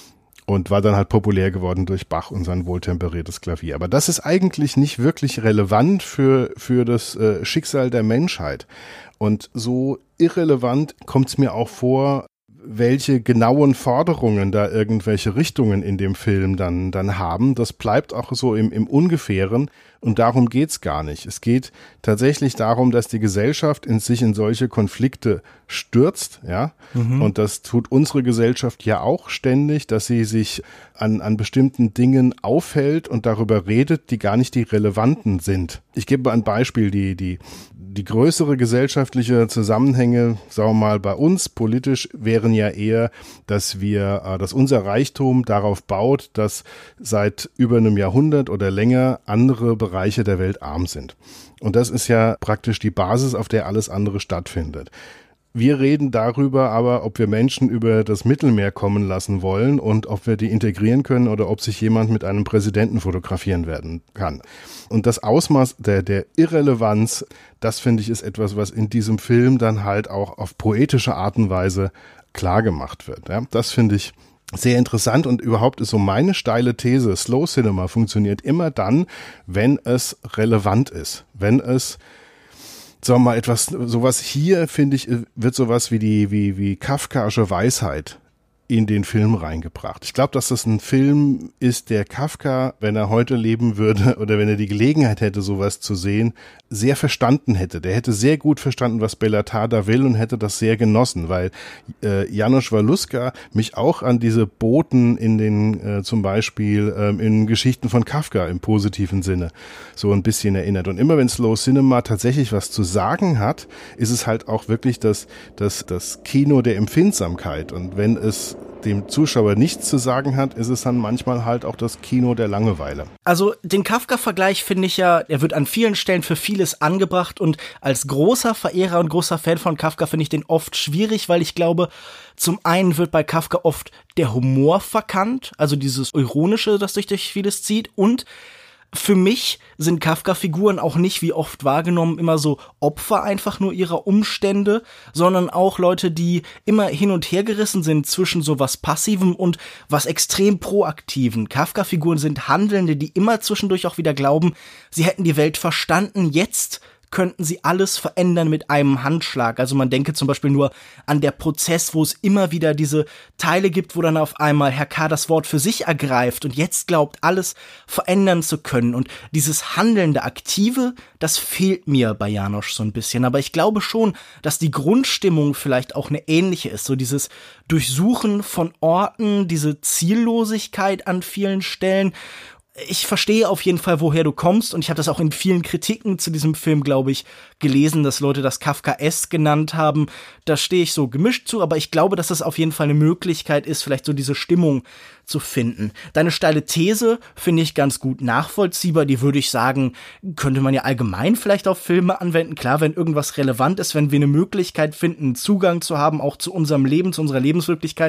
Und war dann halt populär geworden durch Bach und sein wohltemperiertes Klavier. Aber das ist eigentlich nicht wirklich relevant für das Schicksal der Menschheit. Und so irrelevant kommt es mir auch vor, welche genauen Forderungen da irgendwelche Richtungen in dem Film dann haben. Das bleibt auch so im Ungefähren und darum geht's gar nicht. Es geht tatsächlich darum, dass die Gesellschaft sich in solche Konflikte stürzt, ja. Und das tut unsere Gesellschaft ja auch ständig, dass sie sich an bestimmten Dingen aufhält und darüber redet, die gar nicht die relevanten sind. Ich gebe mal ein Beispiel, die größere gesellschaftliche Zusammenhänge, sagen wir mal, bei uns politisch wären ja eher, dass unser Reichtum darauf baut, dass seit über einem Jahrhundert oder länger andere Bereiche der Welt arm sind. Und das ist ja praktisch die Basis, auf der alles andere stattfindet. Wir reden darüber aber, ob wir Menschen über das Mittelmeer kommen lassen wollen und ob wir die integrieren können oder ob sich jemand mit einem Präsidenten fotografieren werden kann. Und das Ausmaß der Irrelevanz, das finde ich ist etwas, was in diesem Film dann halt auch auf poetische Art und Weise klar gemacht wird. Ja, das finde ich sehr interessant und überhaupt ist so meine steile These, Slow Cinema funktioniert immer dann, wenn es relevant ist, wenn es sagen wir mal sowas hier, finde ich, wird sowas wie kafkaische Weisheit in den Film reingebracht. Ich glaube, dass das ein Film ist, der Kafka, wenn er heute leben würde oder wenn er die Gelegenheit hätte, sowas zu sehen, sehr verstanden hätte. Der hätte sehr gut verstanden, was Belatar da will und hätte das sehr genossen, weil Janusz Waluska mich auch an diese Boten in den zum Beispiel in Geschichten von Kafka im positiven Sinne so ein bisschen erinnert. Und immer wenn Slow Cinema tatsächlich was zu sagen hat, ist es halt auch wirklich das Kino der Empfindsamkeit. Und wenn es dem Zuschauer nichts zu sagen hat, ist es dann manchmal halt auch das Kino der Langeweile. Also den Kafka-Vergleich finde ich ja, er wird an vielen Stellen für vieles angebracht und als großer Verehrer und großer Fan von Kafka finde ich den oft schwierig, weil ich glaube, zum einen wird bei Kafka oft der Humor verkannt, also dieses Ironische, das sich durch vieles zieht und für mich sind Kafka-Figuren auch nicht, wie oft wahrgenommen, immer so Opfer einfach nur ihrer Umstände, sondern auch Leute, die immer hin und her gerissen sind zwischen so was Passivem und was extrem Proaktiven. Kafka-Figuren sind Handelnde, die immer zwischendurch auch wieder glauben, sie hätten die Welt verstanden, jetzt könnten sie alles verändern mit einem Handschlag. Also man denke zum Beispiel nur an der Prozess, wo es immer wieder diese Teile gibt, wo dann auf einmal Herr K. das Wort für sich ergreift und jetzt glaubt, alles verändern zu können. Und dieses handelnde Aktive, das fehlt mir bei János so ein bisschen. Aber ich glaube schon, dass die Grundstimmung vielleicht auch eine ähnliche ist. So dieses Durchsuchen von Orten, diese Ziellosigkeit an vielen Stellen. Ich verstehe auf jeden Fall, woher du kommst und ich habe das auch in vielen Kritiken zu diesem Film, glaube ich, gelesen, dass Leute das Kafkaesk genannt haben. Da stehe ich so gemischt zu, aber ich glaube, dass das auf jeden Fall eine Möglichkeit ist, vielleicht so diese Stimmung zu finden. Deine steile These finde ich ganz gut nachvollziehbar, die würde ich sagen, könnte man ja allgemein vielleicht auf Filme anwenden. Klar, wenn irgendwas relevant ist, wenn wir eine Möglichkeit finden, Zugang zu haben, auch zu unserem Leben, zu unserer Lebenswirklichkeit,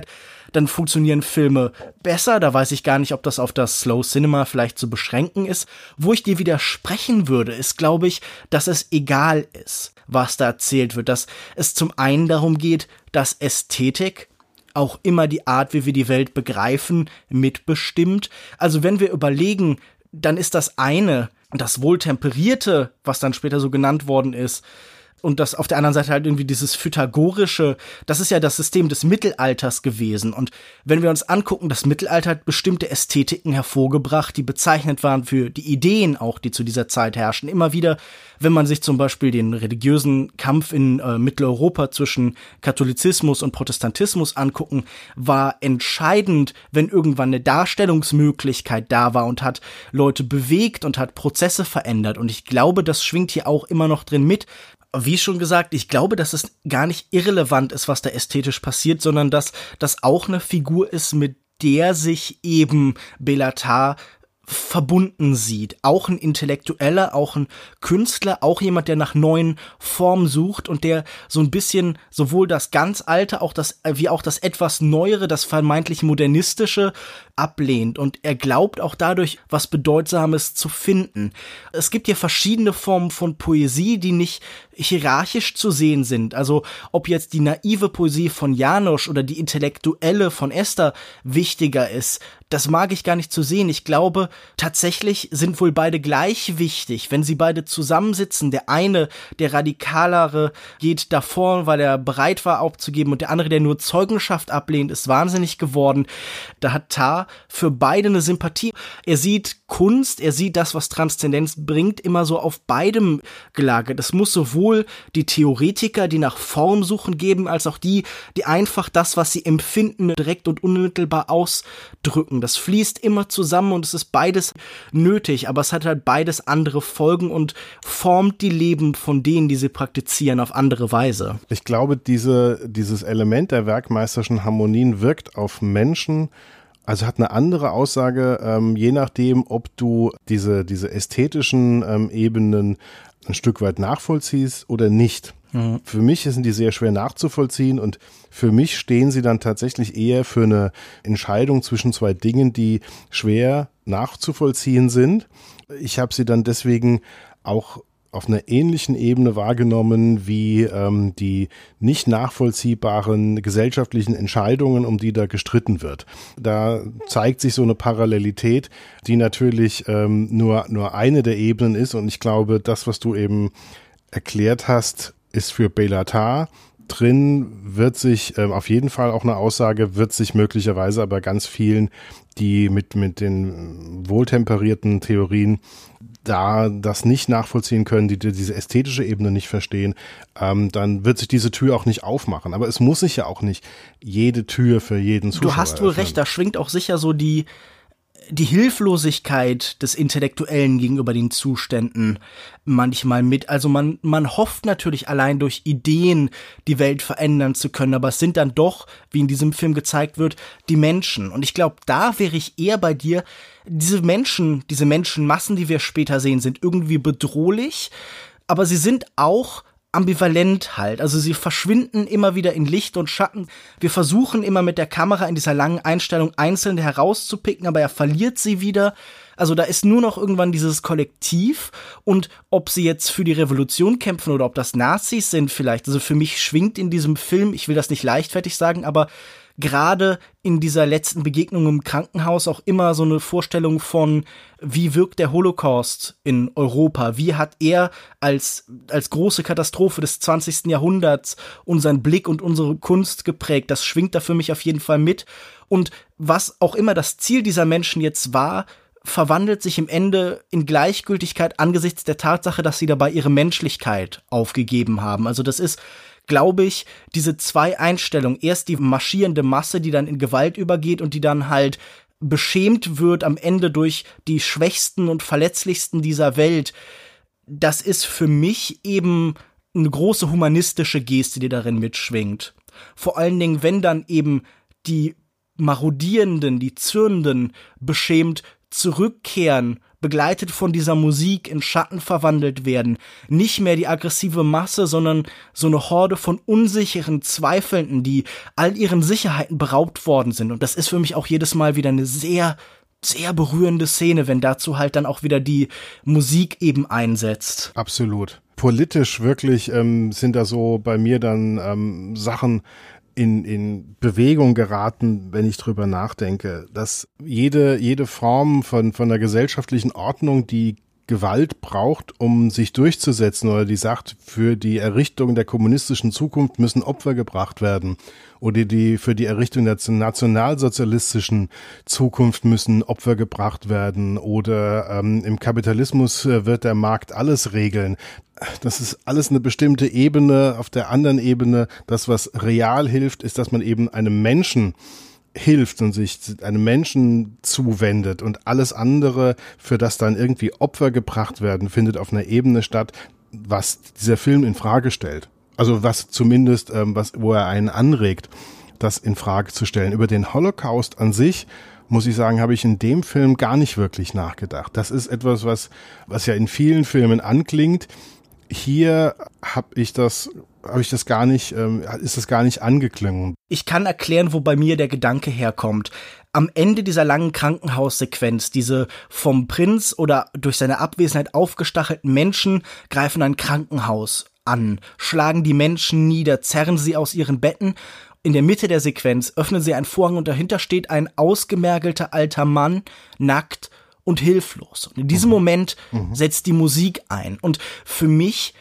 dann funktionieren Filme besser. Da weiß ich gar nicht, ob das auf das Slow Cinema vielleicht zu beschränken ist. Wo ich dir widersprechen würde, ist, glaube ich, dass es egal ist, was da erzählt wird. Dass es zum einen darum geht, dass Ästhetik auch immer die Art, wie wir die Welt begreifen, mitbestimmt. Also wenn wir überlegen, dann ist das eine, das Wohltemperierte, was dann später so genannt worden ist, und das auf der anderen Seite halt irgendwie dieses Pythagorische, das ist ja das System des Mittelalters gewesen. Und wenn wir uns angucken, das Mittelalter hat bestimmte Ästhetiken hervorgebracht, die bezeichnet waren für die Ideen auch, die zu dieser Zeit herrschen. Immer wieder, wenn man sich zum Beispiel den religiösen Kampf in Mitteleuropa zwischen Katholizismus und Protestantismus angucken, war entscheidend, wenn irgendwann eine Darstellungsmöglichkeit da war und hat Leute bewegt und hat Prozesse verändert. Und ich glaube, das schwingt hier auch immer noch drin mit. Wie schon gesagt, ich glaube, dass es gar nicht irrelevant ist, was da ästhetisch passiert, sondern dass das auch eine Figur ist, mit der sich eben Béla Tarr verbunden sieht. Auch ein Intellektueller, auch ein Künstler, auch jemand, der nach neuen Formen sucht und der so ein bisschen sowohl das ganz Alte, wie auch das etwas Neuere, das vermeintlich Modernistische ablehnt. Und er glaubt auch dadurch, was Bedeutsames zu finden. Es gibt hier verschiedene Formen von Poesie, die nicht hierarchisch zu sehen sind. Also ob jetzt die naive Poesie von János oder die intellektuelle von Eszter wichtiger ist, das mag ich gar nicht zu sehen. Ich glaube, tatsächlich sind wohl beide gleich wichtig. Wenn sie beide zusammensitzen, der eine, der Radikalere, geht davor, weil er bereit war aufzugeben, und der andere, der nur Zeugenschaft ablehnt, ist wahnsinnig geworden. Da hat Tarr für beide eine Sympathie. Er sieht Kunst, er sieht das, was Transzendenz bringt, immer so auf beidem gelagert. Es muss sowohl die Theoretiker, die nach Form suchen, geben, als auch die einfach das, was sie empfinden, direkt und unmittelbar ausdrücken. Das fließt immer zusammen und es ist beides nötig, aber es hat halt beides andere Folgen und formt die Leben von denen, die sie praktizieren, auf andere Weise. Ich glaube, dieses Element der werkmeisterischen Harmonien wirkt auf Menschen, also hat eine andere Aussage, je nachdem, ob du diese ästhetischen Ebenen ein Stück weit nachvollziehst oder nicht. Mhm. Für mich sind die sehr schwer nachzuvollziehen und für mich stehen sie dann tatsächlich eher für eine Entscheidung zwischen zwei Dingen, die schwer nachzuvollziehen sind. Ich habe sie dann deswegen auch auf einer ähnlichen Ebene wahrgenommen wie die nicht nachvollziehbaren gesellschaftlichen Entscheidungen, um die da gestritten wird. Da zeigt sich so eine Parallelität, die natürlich nur eine der Ebenen ist, und ich glaube, das, was du eben erklärt hast, ist für Béla Tarr drin, wird sich auf jeden Fall auch eine Aussage, wird sich möglicherweise aber ganz vielen, die mit den wohltemperierten Theorien da das nicht nachvollziehen können, die diese ästhetische Ebene nicht verstehen, dann wird sich diese Tür auch nicht aufmachen. Aber es muss sich ja auch nicht jede Tür für jeden Zuschauer Du hast wohl öffnen. Recht, da schwingt auch sicher so die Hilflosigkeit des Intellektuellen gegenüber den Zuständen manchmal mit. Also man hofft natürlich allein durch Ideen die Welt verändern zu können, aber es sind dann doch, wie in diesem Film gezeigt wird, die Menschen. Und ich glaube, da wäre ich eher bei dir. Diese Menschenmassen, die wir später sehen, sind irgendwie bedrohlich, aber sie sind auch ambivalent halt. Also sie verschwinden immer wieder in Licht und Schatten. Wir versuchen immer mit der Kamera in dieser langen Einstellung Einzelne herauszupicken, aber er verliert sie wieder. Also da ist nur noch irgendwann dieses Kollektiv, und ob sie jetzt für die Revolution kämpfen oder ob das Nazis sind vielleicht. Also für mich schwingt in diesem Film, ich will das nicht leichtfertig sagen, aber gerade in dieser letzten Begegnung im Krankenhaus auch immer so eine Vorstellung von, wie wirkt der Holocaust in Europa? Wie hat er als große Katastrophe des 20. Jahrhunderts unseren Blick und unsere Kunst geprägt? Das schwingt da für mich auf jeden Fall mit. Und was auch immer das Ziel dieser Menschen jetzt war, verwandelt sich im Ende in Gleichgültigkeit angesichts der Tatsache, dass sie dabei ihre Menschlichkeit aufgegeben haben. Also das ist, glaube ich, diese zwei Einstellungen. Erst die marschierende Masse, die dann in Gewalt übergeht und die dann halt beschämt wird am Ende durch die Schwächsten und Verletzlichsten dieser Welt. Das ist für mich eben eine große humanistische Geste, die darin mitschwingt. Vor allen Dingen, wenn dann eben die Marodierenden, die Zürnenden beschämt zurückkehren begleitet von dieser Musik in Schatten verwandelt werden. Nicht mehr die aggressive Masse, sondern so eine Horde von unsicheren Zweifelnden, die all ihren Sicherheiten beraubt worden sind. Und das ist für mich auch jedes Mal wieder eine sehr, sehr berührende Szene, wenn dazu halt dann auch wieder die Musik eben einsetzt. Absolut. Politisch wirklich sind da so bei mir dann Sachen in Bewegung geraten, wenn ich drüber nachdenke, dass jede Form von der gesellschaftlichen Ordnung, die Gewalt braucht, um sich durchzusetzen, oder die sagt, für die Errichtung der kommunistischen Zukunft müssen Opfer gebracht werden, oder für die Errichtung der nationalsozialistischen Zukunft müssen Opfer gebracht werden, oder im Kapitalismus wird der Markt alles regeln. Das ist alles eine bestimmte Ebene. Auf der anderen Ebene, das, was real hilft, ist, dass man eben einem Menschen hilft und sich einem Menschen zuwendet, und alles andere, für das dann irgendwie Opfer gebracht werden, findet auf einer Ebene statt, was dieser Film in Frage stellt. Also was zumindest, wo er einen anregt, das in Frage zu stellen. Über den Holocaust an sich, muss ich sagen, habe ich in dem Film gar nicht wirklich nachgedacht. Das ist etwas, was ja in vielen Filmen anklingt. Hier ist das gar nicht angeklungen. Ich kann erklären, wo bei mir der Gedanke herkommt. Am Ende dieser langen Krankenhaussequenz, diese vom Prinz oder durch seine Abwesenheit aufgestachelten Menschen greifen ein Krankenhaus an, schlagen die Menschen nieder, zerren sie aus ihren Betten. In der Mitte der Sequenz öffnen sie einen Vorhang und dahinter steht ein ausgemergelter alter Mann, nackt und hilflos. Und in diesem Moment setzt die Musik ein. Und für mich,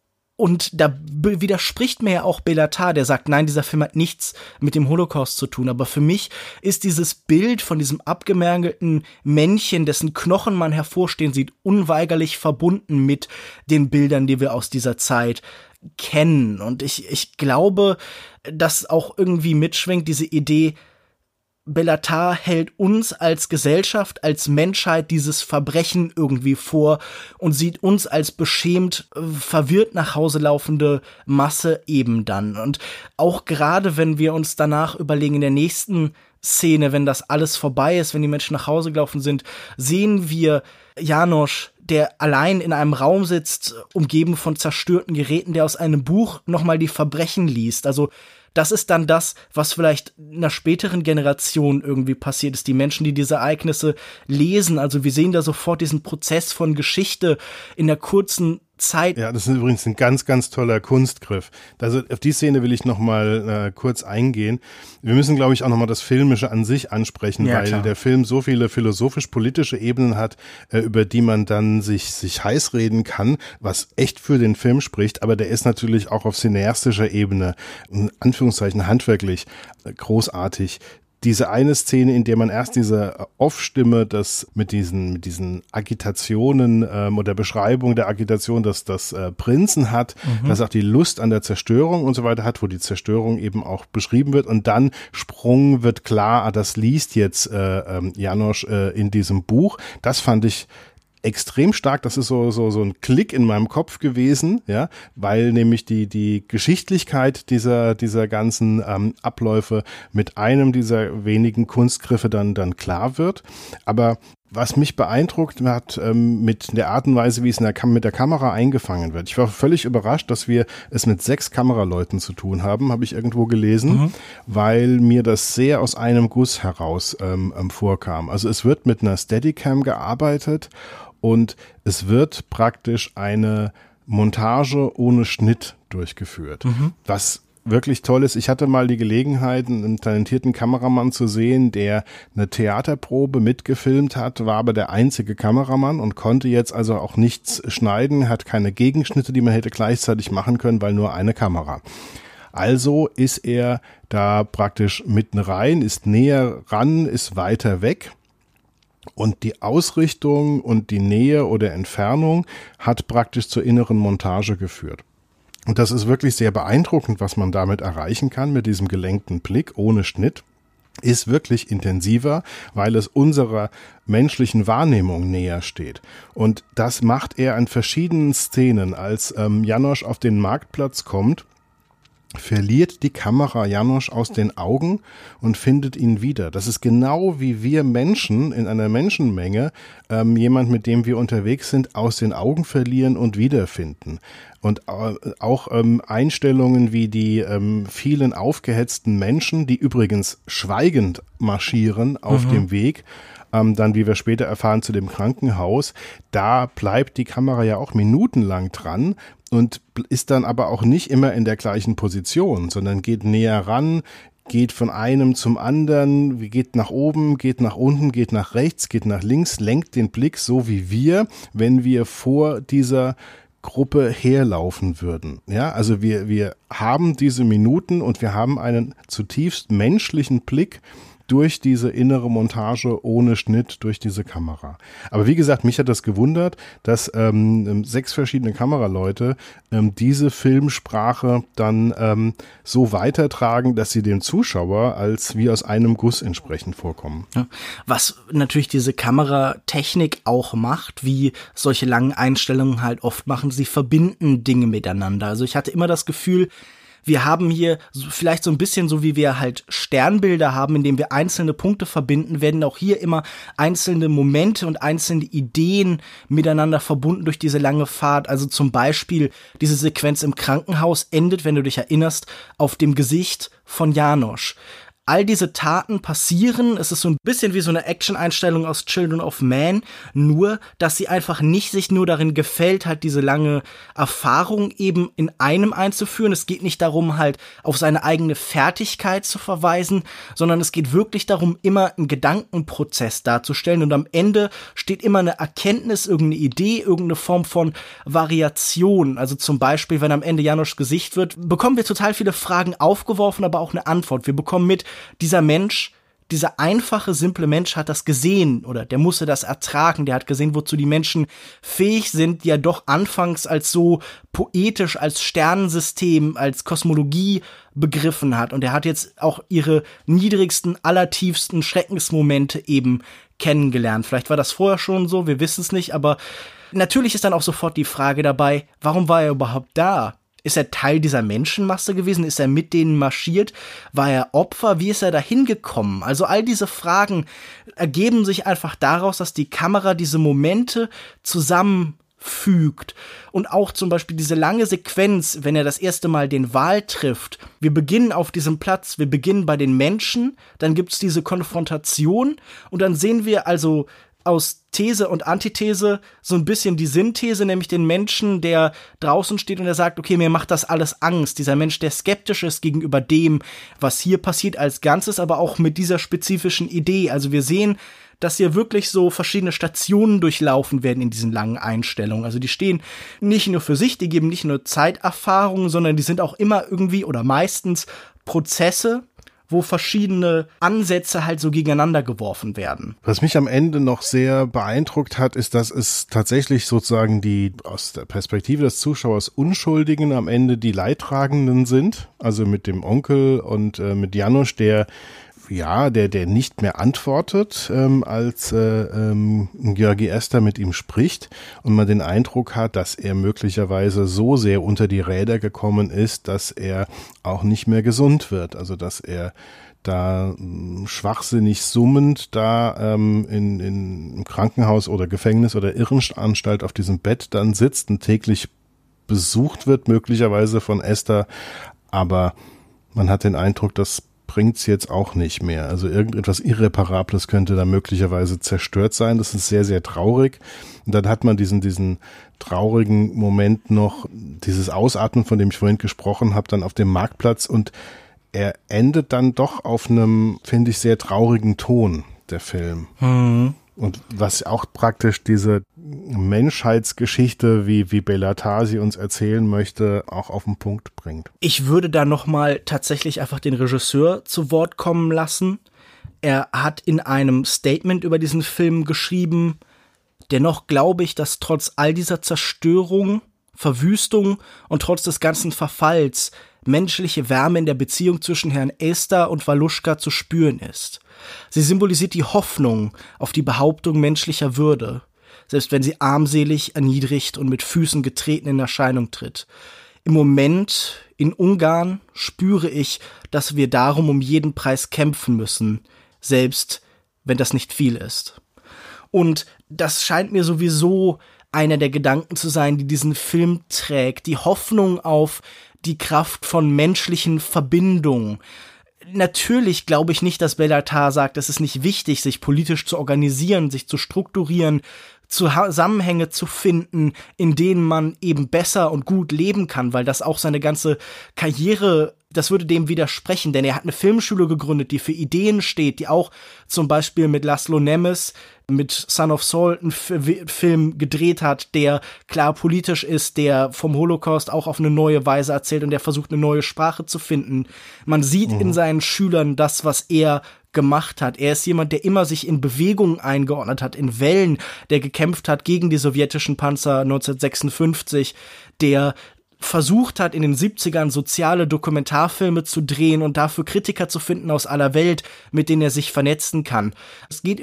und da widerspricht mir ja auch Béla Tarr, der sagt, nein, dieser Film hat nichts mit dem Holocaust zu tun. Aber für mich ist dieses Bild von diesem abgemergelten Männchen, dessen Knochen man hervorstehen sieht, unweigerlich verbunden mit den Bildern, die wir aus dieser Zeit kennen. Und ich glaube, dass auch irgendwie mitschwingt diese Idee, Béla Tarr hält uns als Gesellschaft, als Menschheit dieses Verbrechen irgendwie vor und sieht uns als beschämt, verwirrt nach Hause laufende Masse eben dann. Und auch gerade, wenn wir uns danach überlegen, in der nächsten Szene, wenn das alles vorbei ist, wenn die Menschen nach Hause gelaufen sind, sehen wir János, der allein in einem Raum sitzt, umgeben von zerstörten Geräten, der aus einem Buch nochmal die Verbrechen liest. Also das ist dann das, was vielleicht in einer späteren Generation irgendwie passiert ist. Die Menschen, die diese Ereignisse lesen. Also wir sehen da sofort diesen Prozess von Geschichte in der kurzen Zeit. Ja, das ist übrigens ein ganz, ganz toller Kunstgriff. Also auf die Szene will ich noch mal kurz eingehen. Wir müssen, glaube ich, auch noch mal das Filmische an sich ansprechen, ja, weil klar, der Film so viele philosophisch-politische Ebenen hat, über die man dann sich heiß reden kann, was echt für den Film spricht. Aber der ist natürlich auch auf cineastischer Ebene, in Anführungszeichen handwerklich, großartig. Diese eine Szene, in der man erst diese Off-Stimme, das mit diesen Agitationen oder Beschreibung der Agitation des Prinzen hat, dass auch die Lust an der Zerstörung und so weiter hat, wo die Zerstörung eben auch beschrieben wird, und dann Sprung wird klar, das liest jetzt János in diesem Buch. Das fand ich extrem stark. Das ist so ein Klick in meinem Kopf gewesen, ja, weil nämlich die Geschichtlichkeit dieser ganzen Abläufe mit einem dieser wenigen Kunstgriffe dann klar wird. Aber was mich beeindruckt hat, mit der Art und Weise, wie es mit der Kamera eingefangen wird. Ich war völlig überrascht, dass wir es mit 6 Kameraleuten zu tun haben, habe ich irgendwo gelesen, weil mir das sehr aus einem Guss heraus vorkam. Also es wird mit einer Steadicam gearbeitet und es wird praktisch eine Montage ohne Schnitt durchgeführt. Was wirklich toll ist. Ich hatte mal die Gelegenheit, einen talentierten Kameramann zu sehen, der eine Theaterprobe mitgefilmt hat, war aber der einzige Kameramann und konnte jetzt also auch nichts schneiden, hat keine Gegenschnitte, die man hätte gleichzeitig machen können, weil nur eine Kamera. Also ist er da praktisch mitten rein, ist näher ran, ist weiter weg. Und die Ausrichtung und die Nähe oder Entfernung hat praktisch zur inneren Montage geführt. Und das ist wirklich sehr beeindruckend, was man damit erreichen kann, mit diesem gelenkten Blick ohne Schnitt. Ist wirklich intensiver, weil es unserer menschlichen Wahrnehmung näher steht. Und das macht er an verschiedenen Szenen. Als János auf den Marktplatz kommt, verliert die Kamera Janosch aus den Augen und findet ihn wieder. Das ist genau wie wir Menschen in einer Menschenmenge jemand, mit dem wir unterwegs sind, aus den Augen verlieren und wiederfinden. Und auch Einstellungen wie die vielen aufgehetzten Menschen, die übrigens schweigend marschieren auf dem Weg, dann, wie wir später erfahren, zu dem Krankenhaus, da bleibt die Kamera ja auch minutenlang dran und ist dann aber auch nicht immer in der gleichen Position, sondern geht näher ran, geht von einem zum anderen, geht nach oben, geht nach unten, geht nach rechts, geht nach links, lenkt den Blick so wie wir, wenn wir vor dieser Gruppe herlaufen würden. Ja, also wir haben diese Minuten und wir haben einen zutiefst menschlichen Blick durch diese innere Montage ohne Schnitt durch diese Kamera. Aber wie gesagt, mich hat das gewundert, dass 6 verschiedene Kameraleute diese Filmsprache dann so weitertragen, dass sie dem Zuschauer als wie aus einem Guss entsprechend vorkommen. Ja, was natürlich diese Kameratechnik auch macht, wie solche langen Einstellungen halt oft machen, sie verbinden Dinge miteinander. Also ich hatte immer das Gefühl, wir haben hier vielleicht so ein bisschen so, wie wir halt Sternbilder haben, indem wir einzelne Punkte verbinden, werden auch hier immer einzelne Momente und einzelne Ideen miteinander verbunden durch diese lange Fahrt. Also zum Beispiel diese Sequenz im Krankenhaus endet, wenn du dich erinnerst, auf dem Gesicht von Janosch. All diese Taten passieren, es ist so ein bisschen wie so eine Action-Einstellung aus Children of Man, nur, dass sie einfach nicht sich nur darin gefällt hat, diese lange Erfahrung eben in einem einzuführen. Es geht nicht darum, halt auf seine eigene Fertigkeit zu verweisen, sondern es geht wirklich darum, immer einen Gedankenprozess darzustellen und am Ende steht immer eine Erkenntnis, irgendeine Idee, irgendeine Form von Variation. Also zum Beispiel, wenn am Ende Janoschs Gesicht wird, bekommen wir total viele Fragen aufgeworfen, aber auch eine Antwort. Wir bekommen mit, dieser Mensch, dieser einfache, simple Mensch hat das gesehen oder der musste das ertragen, der hat gesehen, wozu die Menschen fähig sind, die er doch anfangs als so poetisch, als Sternensystem, als Kosmologie begriffen hat und er hat jetzt auch ihre niedrigsten, allertiefsten Schreckensmomente eben kennengelernt. Vielleicht war das vorher schon so, wir wissen es nicht, aber natürlich ist dann auch sofort die Frage dabei, warum war er überhaupt da? Ist er Teil dieser Menschenmasse gewesen? Ist er mit denen marschiert? War er Opfer? Wie ist er da hingekommen? Also all diese Fragen ergeben sich einfach daraus, dass die Kamera diese Momente zusammenfügt. Und auch zum Beispiel diese lange Sequenz, wenn er das erste Mal den Wal trifft. Wir beginnen auf diesem Platz, wir beginnen bei den Menschen, dann gibt's diese Konfrontation und dann sehen wir also aus These und Antithese so ein bisschen die Synthese, nämlich den Menschen, der draußen steht und der sagt, okay, mir macht das alles Angst. Dieser Mensch, der skeptisch ist gegenüber dem, was hier passiert als Ganzes, aber auch mit dieser spezifischen Idee. Also wir sehen, dass hier wirklich so verschiedene Stationen durchlaufen werden in diesen langen Einstellungen. Also die stehen nicht nur für sich, die geben nicht nur Zeiterfahrungen, sondern die sind auch immer irgendwie oder meistens Prozesse, wo verschiedene Ansätze halt so gegeneinander geworfen werden. Was mich am Ende noch sehr beeindruckt hat, ist, dass es tatsächlich sozusagen die aus der Perspektive des Zuschauers Unschuldigen am Ende die Leidtragenden sind. Also mit dem Onkel und mit Janosch, der nicht mehr antwortet, als György Ester mit ihm spricht und man den Eindruck hat, dass er möglicherweise so sehr unter die Räder gekommen ist, dass er auch nicht mehr gesund wird. Also dass er da schwachsinnig summend da im Krankenhaus oder Gefängnis oder Irrenanstalt auf diesem Bett dann sitzt und täglich besucht wird, möglicherweise von Ester. Aber man hat den Eindruck, dass bringt's jetzt auch nicht mehr. Also irgendetwas Irreparables könnte da möglicherweise zerstört sein. Das ist sehr, sehr traurig. Und dann hat man diesen traurigen Moment noch, dieses Ausatmen, von dem ich vorhin gesprochen habe, dann auf dem Marktplatz und er endet dann doch auf einem, finde ich, sehr traurigen Ton, der Film. Mhm. Und was auch praktisch diese Menschheitsgeschichte, wie Bélatar sie uns erzählen möchte, auch auf den Punkt bringt. Ich würde da nochmal tatsächlich einfach den Regisseur zu Wort kommen lassen. Er hat in einem Statement über diesen Film geschrieben, dennoch glaube ich, dass trotz all dieser Zerstörung, Verwüstung und trotz des ganzen Verfalls menschliche Wärme in der Beziehung zwischen Herrn Ester und Waluschka zu spüren ist. Sie symbolisiert die Hoffnung auf die Behauptung menschlicher Würde, selbst wenn sie armselig, erniedrigt und mit Füßen getreten in Erscheinung tritt. im Moment in Ungarn spüre ich, dass wir darum um jeden Preis kämpfen müssen, selbst wenn das nicht viel ist. Und das scheint mir sowieso einer der Gedanken zu sein, die diesen Film trägt, die Hoffnung auf die Kraft von menschlichen Verbindungen. Natürlich glaube ich nicht, dass Bélatar sagt, es ist nicht wichtig, sich politisch zu organisieren, sich zu strukturieren, Zusammenhänge zu finden, in denen man eben besser und gut leben kann, weil das auch seine ganze Karriere, das würde dem widersprechen, denn er hat eine Filmschule gegründet, die für Ideen steht, die auch zum Beispiel mit Laszlo Nemes, mit Son of Saul einen Film gedreht hat, der klar politisch ist, der vom Holocaust auch auf eine neue Weise erzählt und der versucht, eine neue Sprache zu finden. Man sieht in seinen Schülern das, was er gemacht hat. Er ist jemand, der immer sich in Bewegungen eingeordnet hat, in Wellen, der gekämpft hat gegen die sowjetischen Panzer 1956, der versucht hat, in den 70ern soziale Dokumentarfilme zu drehen und dafür Kritiker zu finden aus aller Welt, mit denen er sich vernetzen kann. Es geht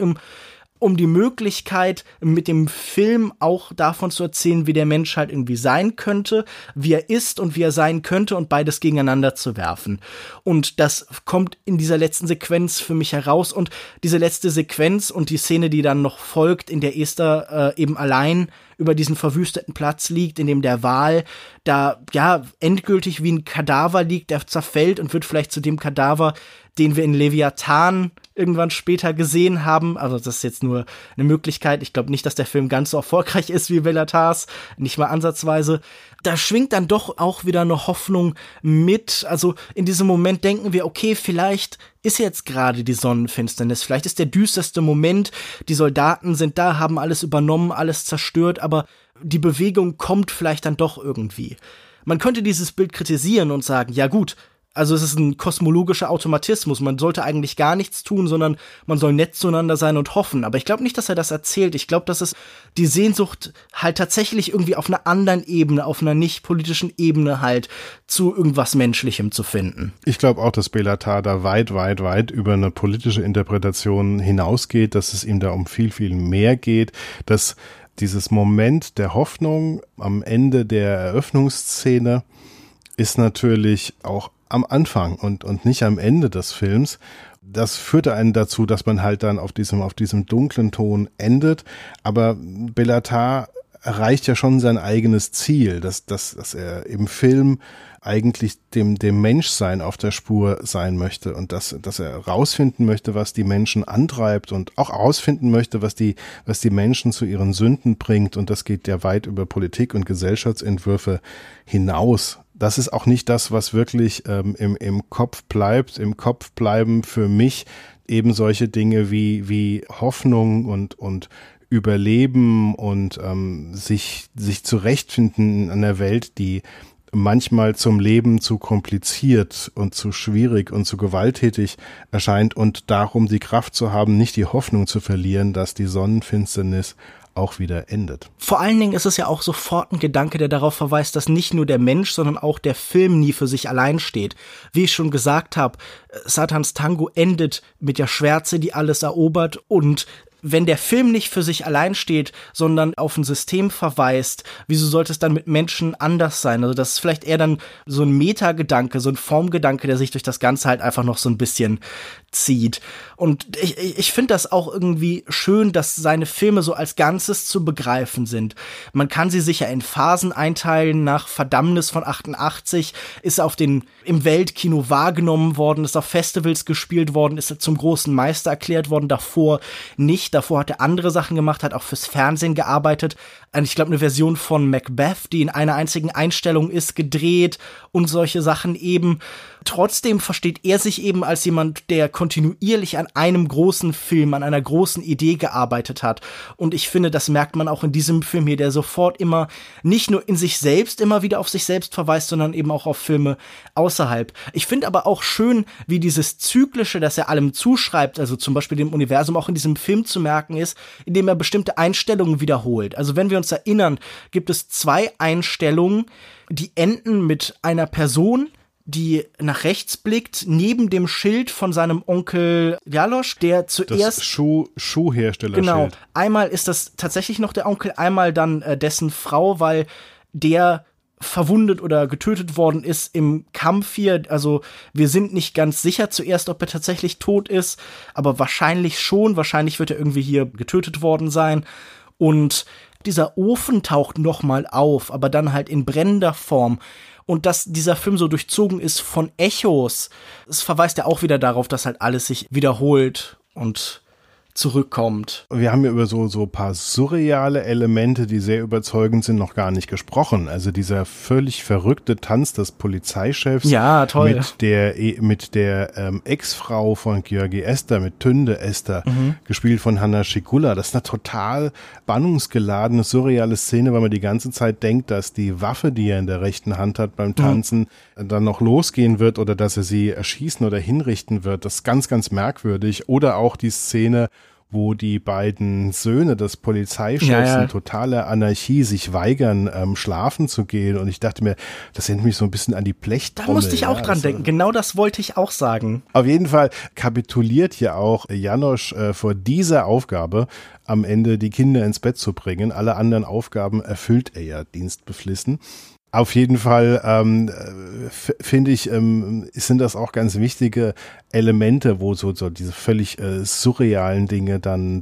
um die Möglichkeit, mit dem Film auch davon zu erzählen, wie der Mensch halt irgendwie sein könnte, wie er ist und wie er sein könnte und beides gegeneinander zu werfen. Und das kommt in dieser letzten Sequenz für mich heraus und diese letzte Sequenz und die Szene, die dann noch folgt, in der Esther eben allein über diesen verwüsteten Platz liegt, in dem der Wal da ja endgültig wie ein Kadaver liegt, der zerfällt und wird vielleicht zu dem Kadaver, den wir in Leviathan irgendwann später gesehen haben. Also das ist jetzt nur eine Möglichkeit. Ich glaube nicht, dass der Film ganz so erfolgreich ist wie Bélatars, nicht mal ansatzweise. Da schwingt dann doch auch wieder eine Hoffnung mit. Also in diesem Moment denken wir, okay, vielleicht ist jetzt gerade die Sonnenfinsternis, vielleicht ist der düsterste Moment, die Soldaten sind da, haben alles übernommen, alles zerstört, aber die Bewegung kommt vielleicht dann doch irgendwie. Man könnte dieses Bild kritisieren und sagen, ja gut, also es ist ein kosmologischer Automatismus. Man sollte eigentlich gar nichts tun, sondern man soll nett zueinander sein und hoffen. Aber ich glaube nicht, dass er das erzählt. Ich glaube, dass es die Sehnsucht halt tatsächlich irgendwie auf einer anderen Ebene, auf einer nicht politischen Ebene halt zu irgendwas Menschlichem zu finden. Ich glaube auch, dass Bélatar da weit über eine politische Interpretation hinausgeht, dass es ihm da um viel, viel mehr geht, dass dieses Moment der Hoffnung am Ende der Eröffnungsszene ist natürlich auch am Anfang und nicht am Ende des Films. Das führte einen dazu, dass man halt dann auf diesem dunklen Ton endet. Aber Bélatar erreicht ja schon sein eigenes Ziel, dass er im Film eigentlich dem Menschsein auf der Spur sein möchte und dass er rausfinden möchte, was die Menschen antreibt und auch rausfinden möchte, was die Menschen zu ihren Sünden bringt. Und das geht ja weit über Politik und Gesellschaftsentwürfe hinaus. Das ist auch nicht das, was wirklich im Kopf bleibt. Im Kopf bleiben für mich eben solche Dinge wie Hoffnung und Überleben und sich zurechtfinden in einer Welt, die manchmal zum Leben zu kompliziert und zu schwierig und zu gewalttätig erscheint und darum die Kraft zu haben, nicht die Hoffnung zu verlieren, dass die Sonnenfinsternis auch wieder endet. Vor allen Dingen ist es ja auch sofort ein Gedanke, der darauf verweist, dass nicht nur der Mensch, sondern auch der Film nie für sich allein steht. Wie ich schon gesagt habe, Satans Tango endet mit der Schwärze, die alles erobert, und wenn der Film nicht für sich allein steht, sondern auf ein System verweist, wieso sollte es dann mit Menschen anders sein? Also das ist vielleicht eher dann so ein Metagedanke, so ein Formgedanke, der sich durch das Ganze halt einfach noch so ein bisschen zieht. Und ich finde das auch irgendwie schön, dass seine Filme so als Ganzes zu begreifen sind. Man kann sie sicher in Phasen einteilen. Nach Verdammnis von 88 ist er im Weltkino wahrgenommen worden, ist auf Festivals gespielt worden, ist er zum großen Meister erklärt worden, davor nicht. Davor hat er andere Sachen gemacht, hat auch fürs Fernsehen gearbeitet. Ich glaube, eine Version von Macbeth, die in einer einzigen Einstellung ist, gedreht und solche Sachen eben. Trotzdem versteht er sich eben als jemand, der kontinuierlich an einem großen Film, an einer großen Idee gearbeitet hat. Und ich finde, das merkt man auch in diesem Film hier, der sofort immer nicht nur in sich selbst immer wieder auf sich selbst verweist, sondern eben auch auf Filme außerhalb. Ich finde aber auch schön, wie dieses Zyklische, das er allem zuschreibt, also zum Beispiel dem Universum, auch in diesem Film zu merken ist, indem er bestimmte Einstellungen wiederholt. Also wenn wir uns erinnern, gibt es 2 Einstellungen, die enden mit einer Person, die nach rechts blickt, neben dem Schild von seinem Onkel Jalosch, der zuerst... Das Schuhhersteller. Genau. Einmal ist das tatsächlich noch der Onkel, einmal dann dessen Frau, weil der verwundet oder getötet worden ist im Kampf hier. Also wir sind nicht ganz sicher zuerst, ob er tatsächlich tot ist, aber wahrscheinlich schon. Wahrscheinlich wird er irgendwie hier getötet worden sein. Und dieser Ofen taucht nochmal auf, aber dann halt in brennender Form. Und dass dieser Film so durchzogen ist von Echos, es verweist ja auch wieder darauf, dass halt alles sich wiederholt und zurückkommt. Wir haben ja über so ein paar surreale Elemente, die sehr überzeugend sind, noch gar nicht gesprochen. Also dieser völlig verrückte Tanz des Polizeichefs. Ja, toll. Mit der Ex-Frau von György Ester, mit Tünde Ester, gespielt von Hanna Schigula. Das ist eine total spannungsgeladene, surreale Szene, weil man die ganze Zeit denkt, dass die Waffe, die er in der rechten Hand hat beim Tanzen, dann noch losgehen wird oder dass er sie erschießen oder hinrichten wird. Das ist ganz, ganz merkwürdig. Oder auch die Szene, wo die beiden Söhne des Polizeichefs in totaler Anarchie sich weigern, schlafen zu gehen. Und ich dachte mir, das erinnert mich so ein bisschen an die Blechtrommel. Da musste ich auch dran denken. Genau das wollte ich auch sagen. Auf jeden Fall kapituliert ja auch János vor dieser Aufgabe, am Ende die Kinder ins Bett zu bringen. Alle anderen Aufgaben erfüllt er ja dienstbeflissen. Auf jeden Fall finde ich, sind das auch ganz wichtige Elemente, wo so diese völlig surrealen Dinge dann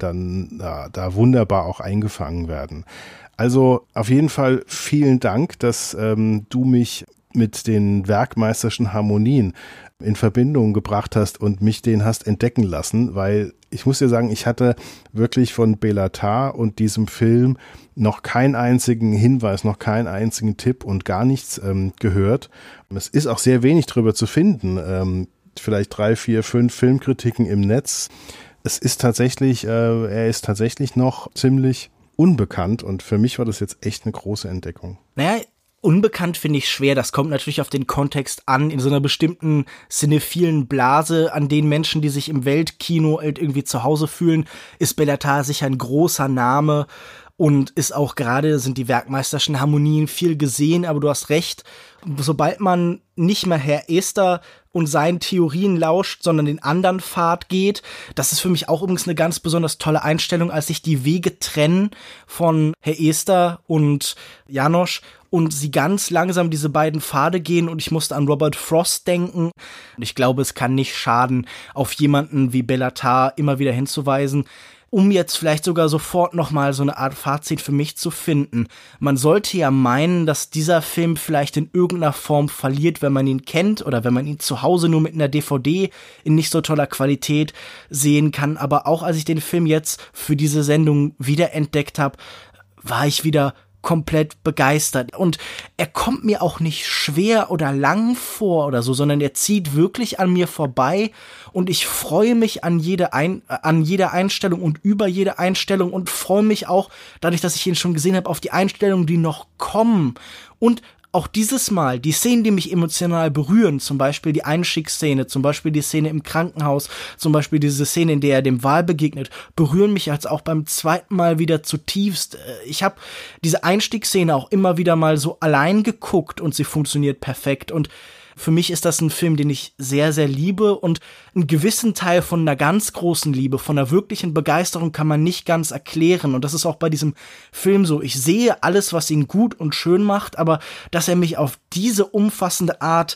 da wunderbar auch eingefangen werden. Also auf jeden Fall vielen Dank, dass du mich mit den werkmeisterschen Harmonien in Verbindung gebracht hast und mich den hast entdecken lassen, weil ich muss dir sagen, ich hatte wirklich von Béla Tarr und diesem Film noch keinen einzigen Hinweis, noch keinen einzigen Tipp und gar nichts gehört. Es ist auch sehr wenig drüber zu finden, vielleicht 3, 4, 5 Filmkritiken im Netz. Es ist tatsächlich, er ist tatsächlich noch ziemlich unbekannt und für mich war das jetzt echt eine große Entdeckung. Naja, unbekannt finde ich schwer, das kommt natürlich auf den Kontext an, in so einer bestimmten cinephilen Blase, an den Menschen, die sich im Weltkino irgendwie zu Hause fühlen, ist Béla Tarr sicher ein großer Name und ist auch gerade, sind die werkmeisterschen Harmonien viel gesehen, aber du hast recht, sobald man nicht mehr Herr Ester und seinen Theorien lauscht, sondern den anderen Pfad geht. Das ist für mich auch übrigens eine ganz besonders tolle Einstellung, als sich die Wege trennen von Herr Ester und János und sie ganz langsam diese beiden Pfade gehen und ich musste an Robert Frost denken. Und ich glaube, es kann nicht schaden, auf jemanden wie Béla Tarr immer wieder hinzuweisen, um jetzt vielleicht sogar sofort nochmal so eine Art Fazit für mich zu finden. Man sollte ja meinen, dass dieser Film vielleicht in irgendeiner Form verliert, wenn man ihn kennt oder wenn man ihn zu Hause nur mit einer DVD in nicht so toller Qualität sehen kann. Aber auch als ich den Film jetzt für diese Sendung wiederentdeckt habe, war ich wieder komplett begeistert. Und er kommt mir auch nicht schwer oder lang vor oder so, sondern er zieht wirklich an mir vorbei und ich freue mich an jeder Einstellung und über jede Einstellung und freue mich auch, dadurch, dass ich ihn schon gesehen habe, auf die Einstellungen, die noch kommen. Und auch dieses Mal, die Szenen, die mich emotional berühren, zum Beispiel die Einstiegsszene, zum Beispiel die Szene im Krankenhaus, zum Beispiel diese Szene, in der er dem Wal begegnet, berühren mich als auch beim zweiten Mal wieder zutiefst. Ich habe diese Einstiegsszene auch immer wieder mal so allein geguckt und sie funktioniert perfekt und für mich ist das ein Film, den ich sehr, sehr liebe und einen gewissen Teil von einer ganz großen Liebe, von einer wirklichen Begeisterung kann man nicht ganz erklären und das ist auch bei diesem Film so. Ich sehe alles, was ihn gut und schön macht, aber dass er mich auf diese umfassende Art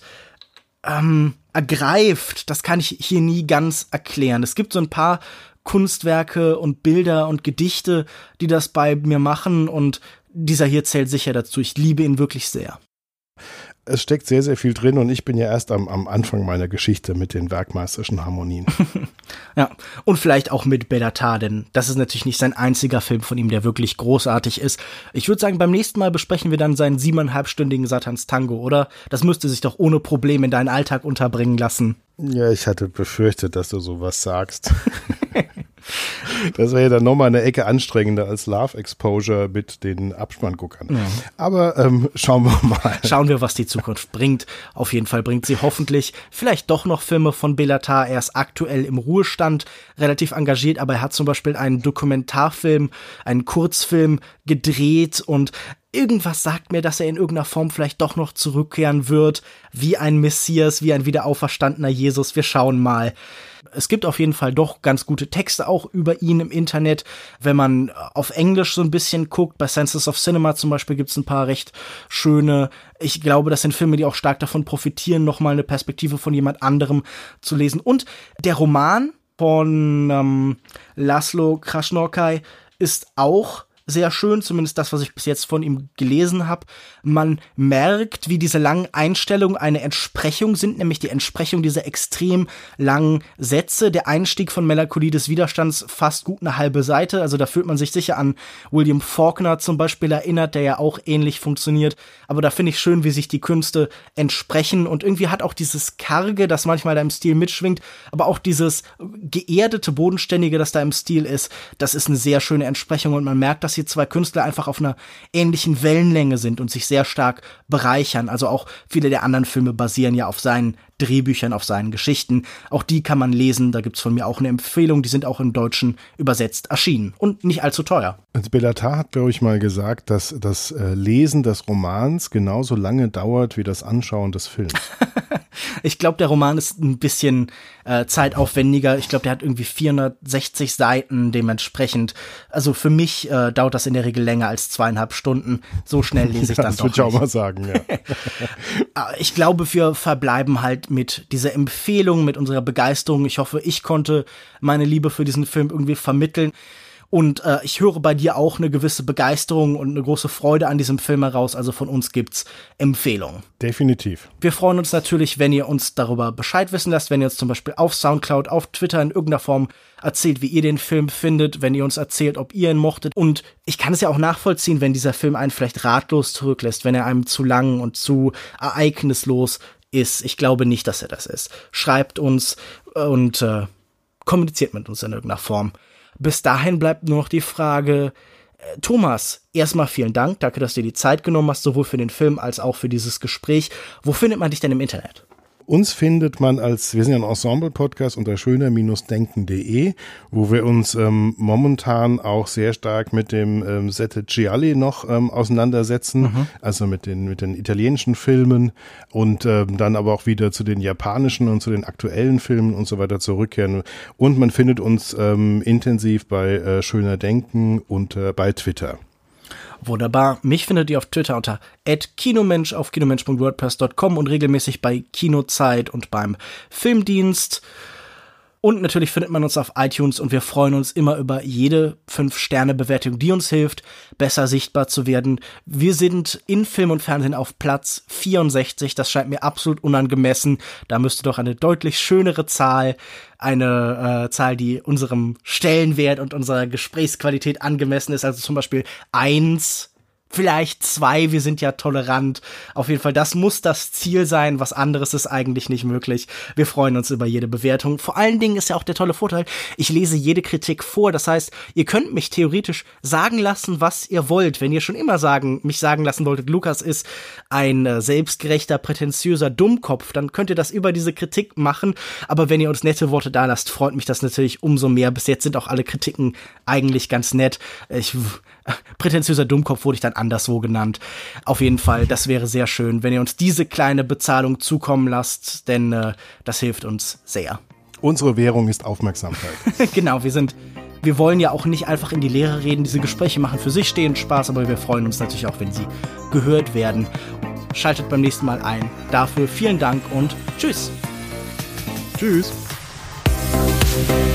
ergreift, das kann ich hier nie ganz erklären. Es gibt so ein paar Kunstwerke und Bilder und Gedichte, die das bei mir machen und dieser hier zählt sicher dazu. Ich liebe ihn wirklich sehr. Es steckt sehr, sehr viel drin und ich bin ja erst am Anfang meiner Geschichte mit den werkmeisterschen Harmonien. Ja, und vielleicht auch mit Béla Tarr, denn das ist natürlich nicht sein einziger Film von ihm, der wirklich großartig ist. Ich würde sagen, beim nächsten Mal besprechen wir dann seinen 7,5-stündigen Satans Tango, oder? Das müsste sich doch ohne Problem in deinen Alltag unterbringen lassen. Ja, ich hatte befürchtet, dass du sowas sagst. Das wäre ja dann nochmal eine Ecke anstrengender als Love Exposure mit den Abspannguckern. Ja. Aber schauen wir mal. Schauen wir, was die Zukunft bringt. Auf jeden Fall bringt sie hoffentlich vielleicht doch noch Filme von Béla Tarr. Er ist aktuell im Ruhestand relativ engagiert, aber er hat zum Beispiel einen Dokumentarfilm, einen Kurzfilm gedreht und irgendwas sagt mir, dass er in irgendeiner Form vielleicht doch noch zurückkehren wird, wie ein Messias, wie ein wiederauferstandener Jesus. Wir schauen mal. Es gibt auf jeden Fall doch ganz gute Texte auch über ihn im Internet. Wenn man auf Englisch so ein bisschen guckt, bei Senses of Cinema zum Beispiel gibt's ein paar recht schöne. Ich glaube, das sind Filme, die auch stark davon profitieren, nochmal eine Perspektive von jemand anderem zu lesen. Und der Roman von Laszlo Krasznahorkai ist auch sehr schön, zumindest das, was ich bis jetzt von ihm gelesen habe. Man merkt, wie diese langen Einstellungen eine Entsprechung sind, nämlich die Entsprechung dieser extrem langen Sätze. Der Einstieg von Melancholie des Widerstands fast gut eine halbe Seite, also da fühlt man sich sicher an William Faulkner zum Beispiel erinnert, der ja auch ähnlich funktioniert. Aber da finde ich schön, wie sich die Künste entsprechen und irgendwie hat auch dieses Karge, das manchmal da im Stil mitschwingt, aber auch dieses geerdete, bodenständige, das da im Stil ist, das ist eine sehr schöne Entsprechung und man merkt, dass hier zwei Künstler einfach auf einer ähnlichen Wellenlänge sind und sich sehr stark bereichern. Also auch viele der anderen Filme basieren ja auf seinen Drehbüchern, auf seinen Geschichten. Auch die kann man lesen, da gibt's von mir auch eine Empfehlung, die sind auch im Deutschen übersetzt erschienen und nicht allzu teuer. Bellatar hat, glaube ich, mal gesagt, dass das Lesen des Romans genauso lange dauert wie das Anschauen des Films. Ich glaube, der Roman ist ein bisschen zeitaufwendiger. Ich glaube, der hat irgendwie 460 Seiten dementsprechend. Also für mich dauert das in der Regel länger als 2,5 Stunden. So schnell lese ich dann das doch nicht. Das würde ich auch mal sagen, ja. Ich glaube, wir verbleiben halt mit dieser Empfehlung, mit unserer Begeisterung. Ich hoffe, ich konnte meine Liebe für diesen Film irgendwie vermitteln. Und ich höre bei dir auch eine gewisse Begeisterung und eine große Freude an diesem Film heraus. Also von uns gibt's Empfehlungen. Definitiv. Wir freuen uns natürlich, wenn ihr uns darüber Bescheid wissen lasst, wenn ihr uns zum Beispiel auf Soundcloud, auf Twitter in irgendeiner Form erzählt, wie ihr den Film findet, wenn ihr uns erzählt, ob ihr ihn mochtet. Und ich kann es ja auch nachvollziehen, wenn dieser Film einen vielleicht ratlos zurücklässt, wenn er einem zu lang und zu ereignislos ist. Ich glaube nicht, dass er das ist. Schreibt uns und kommuniziert mit uns in irgendeiner Form. Bis dahin bleibt nur noch die Frage, Thomas, erstmal vielen Dank. Danke, dass du dir die Zeit genommen hast, sowohl für den Film als auch für dieses Gespräch. Wo findet man dich denn im Internet? Uns findet man wir sind ja ein Ensemble-Podcast unter schöner-denken.de, wo wir uns momentan auch sehr stark mit dem Sette Gialli noch auseinandersetzen, also mit den italienischen Filmen und dann aber auch wieder zu den japanischen und zu den aktuellen Filmen und so weiter zurückkehren. Und man findet uns intensiv bei Schöner Denken und bei Twitter. Wunderbar. Mich findet ihr auf Twitter unter @kinomensch auf kinomensch.wordpress.com und regelmäßig bei Kinozeit und beim Filmdienst. Und natürlich findet man uns auf iTunes und wir freuen uns immer über jede 5-Sterne-Bewertung, die uns hilft, besser sichtbar zu werden. Wir sind in Film und Fernsehen auf Platz 64. Das scheint mir absolut unangemessen. Da müsste doch eine deutlich schönere Zahl, eine Zahl, die unserem Stellenwert und unserer Gesprächsqualität angemessen ist. Also zum Beispiel 1, vielleicht 2, wir sind ja tolerant. Auf jeden Fall, das muss das Ziel sein. Was anderes ist eigentlich nicht möglich. Wir freuen uns über jede Bewertung. Vor allen Dingen ist ja auch der tolle Vorteil, ich lese jede Kritik vor. Das heißt, ihr könnt mich theoretisch sagen lassen, was ihr wollt. Wenn ihr schon immer mich sagen lassen wolltet, Lukas ist ein selbstgerechter, prätentiöser Dummkopf, dann könnt ihr das über diese Kritik machen. Aber wenn ihr uns nette Worte da lasst, freut mich das natürlich umso mehr. Bis jetzt sind auch alle Kritiken eigentlich ganz nett. Prätentiöser Dummkopf wurde ich dann anderswo genannt. Auf jeden Fall, das wäre sehr schön, wenn ihr uns diese kleine Bezahlung zukommen lasst, denn das hilft uns sehr. Unsere Währung ist Aufmerksamkeit. Genau, wir wollen ja auch nicht einfach in die Leere reden. Diese Gespräche machen für sich stehend Spaß, aber wir freuen uns natürlich auch, wenn sie gehört werden. Schaltet beim nächsten Mal ein. Dafür vielen Dank und tschüss. Tschüss.